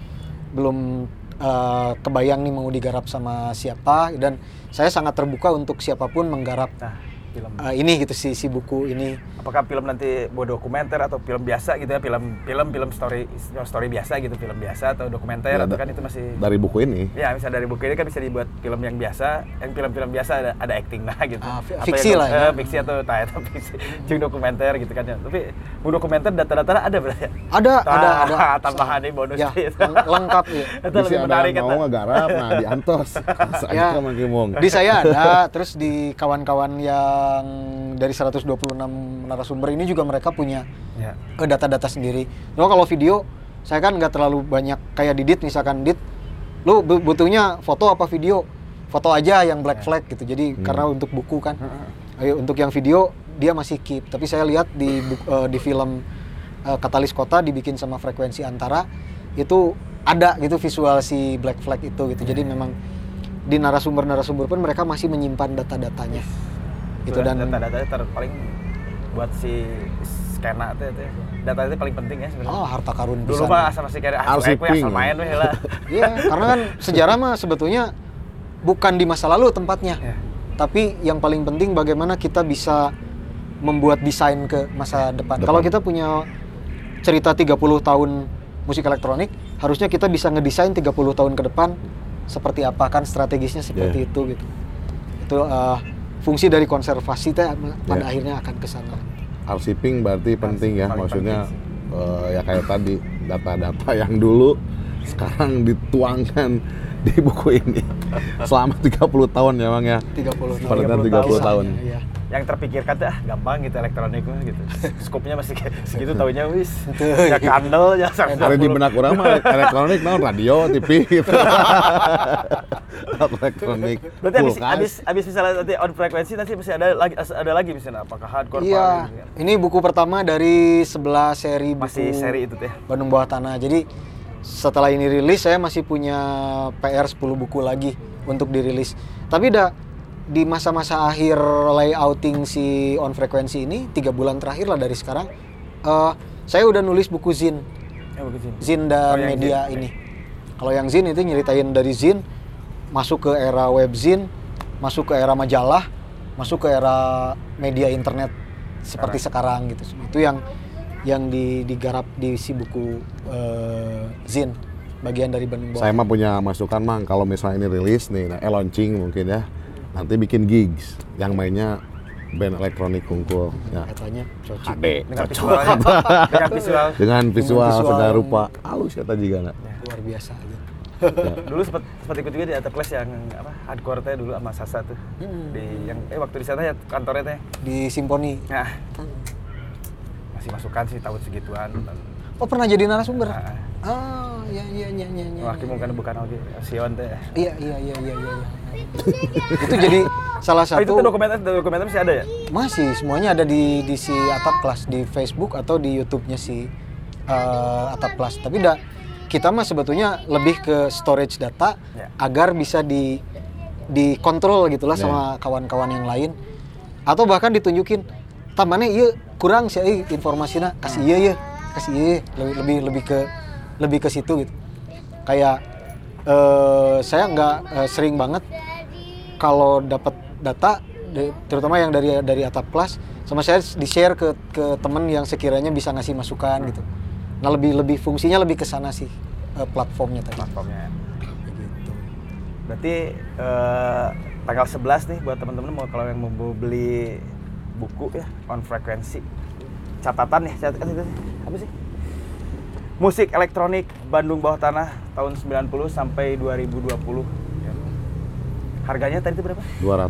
belum kebayang nih mau digarap sama siapa, dan saya sangat terbuka untuk siapapun menggarap film ini gitu si buku ini. apakah film nanti buat dokumenter atau film biasa gitu ya, film story biasa gitu, film biasa atau dokumenter Ya, atau kan itu masih dari buku ini. ya misalnya dari buku ini kan bisa dibuat film yang biasa, yang film-film biasa ada acting lah gitu. Atau fiksi yang, lah ya. Fiksi atau fiksi, cuma dokumenter gitu kan ya. Tapi buku dokumenter data-data ada berarti ya? Ada. Tambahan nih bonus Ya, gitu. lengkap ya. Itu Bisa lebih ada menarik yang mau kata. ngegarap, nah diantos. Ya. Saya makin mong. Di saya ada, terus di kawan-kawan yang dari 126 narasumber ini juga mereka punya Ya. data-data sendiri. Lo kalau video, saya kan nggak terlalu banyak kayak Didit, misalkan Dit, lo butuhnya foto apa video? Foto aja yang black flag gitu. Jadi karena untuk buku kan. Ayo untuk yang video dia masih keep. Tapi saya lihat di film Katalis Kota dibikin sama Frekuensi Antara itu ada gitu visual si black flag itu gitu. Jadi memang di narasumber pun mereka masih menyimpan data-datanya. Gitu dan data-datanya paling buat si skena itu data itu paling penting ya sebenarnya. harta karun Dulu pisan. mah asal masih kayak Arsiping. asal main we heula. Iya, karena kan sejarah mah sebetulnya bukan di masa lalu tempatnya. Ya. Tapi yang paling penting bagaimana kita bisa membuat desain ke masa depan. Kalau kita punya cerita 30 tahun musik elektronik, harusnya kita bisa ngedesain 30 tahun ke depan seperti apa, kan strategisnya seperti itu gitu. Itu fungsi dari konservasi pada akhirnya akan ke sana. Arsiping berarti penting ya, paling maksudnya penting ya kayak tadi data-data yang dulu sekarang dituangkan di buku ini selama 30 tahun ya Bang ya. 30 Seperti tahun. 30 tahun. Iya. Yang terpikirkan tuh gampang gitu elektronik mah gitu. Skopnya masih kayak segitu taunya wis. Betul. Ya kandel ya Ada di benak orang mah elektronik naon radio, TV gitu. Elektronik. Berarti kulkas. abis misalnya nanti on frekuensi nanti masih ada lagi misalnya apakah hardcore Iya, gitu kan. ini buku pertama dari 11 seri buku Masih seri itu teh. Bandung Bawah Tanah. Jadi setelah ini rilis saya masih punya PR 10 buku lagi untuk dirilis. Tapi di masa-masa akhir layouting si On Frekuensi ini 3 bulan terakhir lah dari sekarang, saya udah nulis buku Zin. Ya bagus ini. Zin dan yang media Zin. ini. Kalau yang Zin itu nyeritain dari Zin masuk ke era webzin, masuk ke era majalah, masuk ke era media internet seperti sekarang gitu. Itu yang digarap di si buku Zin, bagian dari Bandung Bawah. Saya mah punya masukan Mang, kalau misalnya ini rilis nih, launching mungkin ya. Nanti bikin gigs yang mainnya band elektronik kungkul ya. Katanya cocok. HD. Dengan visualnya. Dengan visual. Dengan visual visual segala yang- rupa. Halus ya tadi juga. Luar biasa gitu. Dulu sempat ikut juga di Atap Class yang apa hardcore teh dulu sama Sasa tuh. Di yang waktu di sana ya kantornya teh. Di Simponi. Nah. Masih masukan sih tahun segituan. Oh, pernah jadi narasumber? Nah, Iya. Wah, mungkin bukan lagi Sion teh. Iya. Itu jadi salah satu. Itu tuh dokumennya masih ada ya? Masih, semuanya ada di si Atap Class di Facebook atau di YouTube-nya si Atap Class. Tapi kita mah sebetulnya lebih ke storage data agar bisa dikontrol gitulah sama kawan-kawan yang lain. Atau bahkan ditunjukin, tamannya iya kurang sih informasinya, kasih iya. Lebih ke situ gitu. Kayak saya nggak sering banget kalau dapat data terutama yang dari Atap Class sama saya di-share ke teman yang sekiranya bisa ngasih masukan gitu. Nah, lebih fungsinya lebih ke sana sih platformnya tadi. Platformnya. Gitu. Berarti tanggal 11 nih buat teman-teman kalau yang mau beli buku ya On Frequency. Catatan itu apa sih? Musik elektronik Bandung Bawah Tanah tahun 90 sampai 2020. Harganya tadi itu berapa?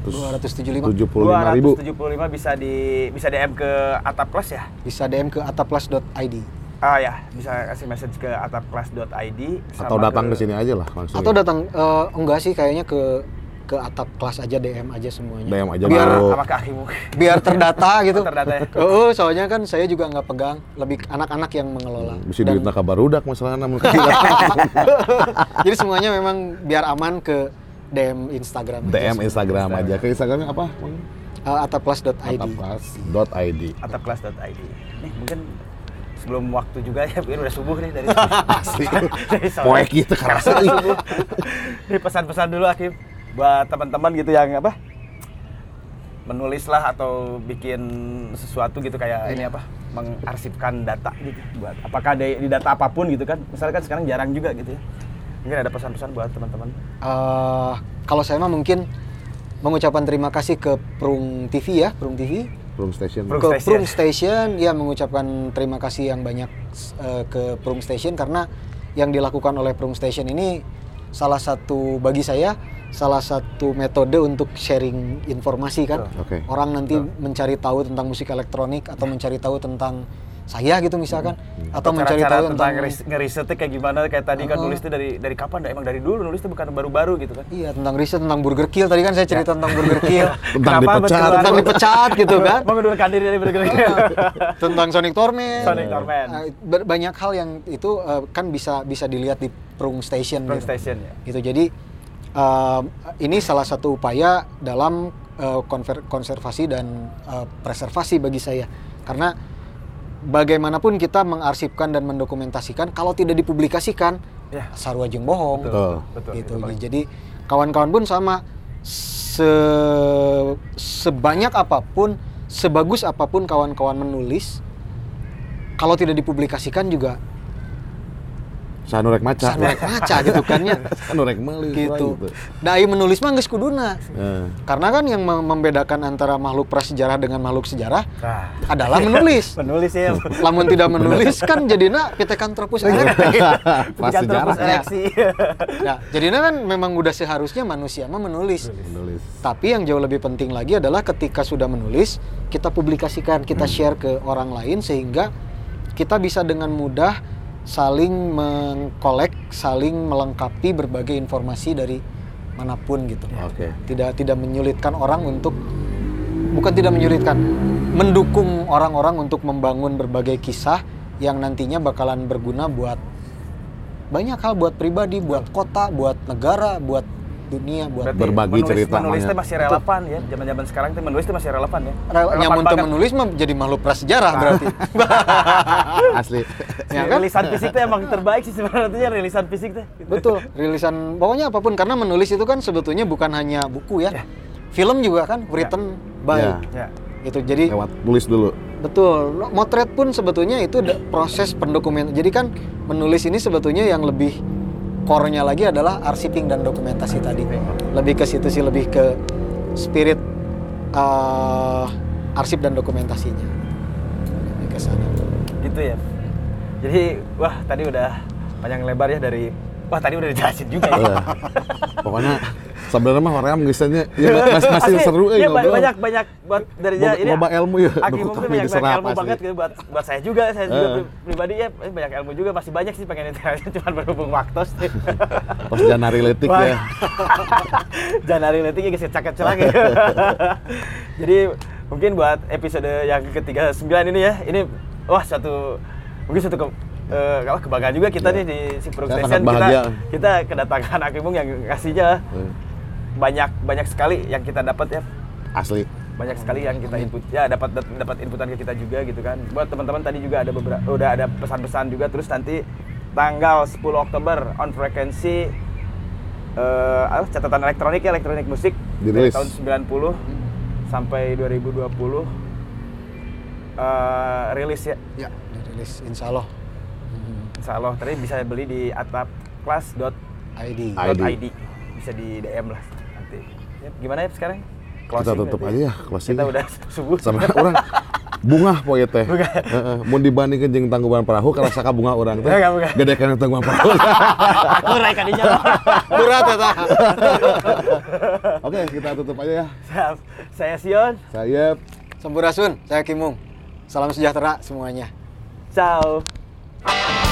275.000. 275 bisa DM ke Atap Class ya? Bisa DM ke atapclass.id. Ah ya, bisa kasih message ke atapclass.id atau datang ke sini aja lah langsung. Atau datang enggak sih kayaknya ke Atap Class aja, DM aja semuanya. DM aja biar sama ke Akimu. Biar terdata gitu. Terdata ya. Soalnya kan saya juga nggak pegang, lebih anak-anak yang mengelola. Bisa duit nak barudak masalahnya mungkin. Jadi semuanya memang biar aman ke DM Instagram. DM Instagram aja. Ke Instagramnya apa? atapclass.id. atapclass.id. Nih mungkin sebelum waktu juga ya, mungkin udah subuh nih dari Asli. Poek gitu kerasa subuh. Nih pesan-pesan dulu Akim buat teman-teman gitu yang menulis lah atau bikin sesuatu gitu kayak ini mengarsipkan data gitu buat apakah di data apapun gitu kan, misalnya kan sekarang jarang juga gitu ya, mungkin ada pesan-pesan buat teman-teman. Kalau saya mah mungkin mengucapkan terima kasih ke Prung TV ya, Prung Station ya, mengucapkan terima kasih yang banyak ke Prung Station karena yang dilakukan oleh Prung Station ini salah satu bagi saya salah satu metode untuk sharing informasi kan. Orang nanti mencari tahu tentang musik elektronik atau mencari tahu tentang saya gitu misalkan atau mencari tahu tentang ngerisetnya kayak gimana, kayak tadi kan nulis itu dari kapan? Emang dari dulu nulisnya bukan baru-baru gitu kan. Iya, tentang riset tentang Burger Kill tadi kan saya cerita tentang Burger Kill. tentang dipecat gitu kan. Mengundurkan diri dari Burger Kill. Tentang Sonic Torment. Banyak hal yang itu kan bisa dilihat di Prung Station ya. Gitu. Jadi ini salah satu upaya dalam konservasi dan preservasi bagi saya. Karena bagaimanapun kita mengarsipkan dan mendokumentasikan, kalau tidak dipublikasikan, sarua jeung bohong. Betul. Gitu. Jadi kawan-kawan pun sama, sebanyak apapun, sebagus apapun kawan-kawan menulis, kalau tidak dipublikasikan juga sanurek maca gitu kan ya. Sanurek meuli gitu. Da ieu menulis mah geus kuduna. Karena kan yang membedakan antara makhluk prasejarah dengan makhluk sejarah adalah menulis. Menulis ya. Lamun tidak menulis kan jadina Pithecanthropus erectus. Prasejarah. Ya, jadinya kan memang udah seharusnya manusia mah menulis. Tapi yang jauh lebih penting lagi adalah ketika sudah menulis, kita publikasikan, kita share ke orang lain sehingga kita bisa dengan mudah saling mengkolek, saling melengkapi berbagai informasi dari manapun gitu. Tidak menyulitkan orang untuk, bukan tidak menyulitkan, mendukung orang-orang untuk membangun berbagai kisah yang nantinya bakalan berguna buat banyak hal, buat pribadi, buat kota, buat negara, buat dunia, buat berbagi cerita. Menulisnya masih relevan ya, zaman-zaman sekarang tuh menulisnya masih relevan ya. Nyamun tuh menulis mah jadi makhluk prasejarah berarti. Asli. Ya kan? Rilisan fisik tuh emang terbaik sih sebenarnya, rilisan fisik tuh. Betul, rilisan pokoknya apapun, karena menulis itu kan sebetulnya bukan hanya buku ya. Film juga kan written by. Itu jadi lewat tulis dulu. Betul. Motret pun sebetulnya itu proses pendokumentasian. Jadi kan menulis ini sebetulnya yang lebih core-nya lagi adalah arsiping dan dokumentasi tadi. Lebih ke situ sih, lebih ke spirit arsip dan dokumentasinya. Lebih ke sana. Gitu ya. Jadi, tadi udah panjang lebar ya tadi udah dijelasin juga ya. Pokoknya Sebenarnya mah hoream geusnya ya masih seru Iya ngobrol. banyak buat dari ini. Loba ilmu ya. Aki Duh, mungkin kami banyak diserap ilmu asli. banget gitu buat saya juga pribadi ya banyak ilmu juga masih banyak sih pengen interaksi cuma berhubung waktu sih. Pas janari letik ya. Janari letik ya geus caket celah gitu. Jadi mungkin buat episode yang ke-39 ini ya, ini wah mungkin suatu kebanggaan juga kita nih di Simpruk Saya Station sangat bahagia. kita kedatangan Akimung yang ngasihnya banyak sekali yang kita dapat ya. Asli. Banyak sekali yang kita input ya dapat inputan ke kita juga gitu kan. Buat teman-teman tadi juga ada udah ada pesan-pesan juga terus nanti tanggal 10 Oktober on frekuensi catatan elektronik musik dari Dirilis. tahun 90 sampai 2020 rilis ya. Ya, dirilis insya Allah. Insya Allah tadi bisa beli di atapclass.id ID. bisa di DM lah nanti. Ya, gimana ya sekarang? Kita tutup aja ya closing. Kita udah subuh. Sampai orang bunga poe teh. Mun dibandingkeun jeung Tangkuban Perahu karasa ka bunga urang teh. Bunga. Gede kana Tangkuban Perahu. Aku rek kadinya. Berat ya, Tah. Oke, kita tutup aja ya. Siap. Saya Sion. Saya Sampurasun, saya Kimung. Salam sejahtera semuanya. Ciao.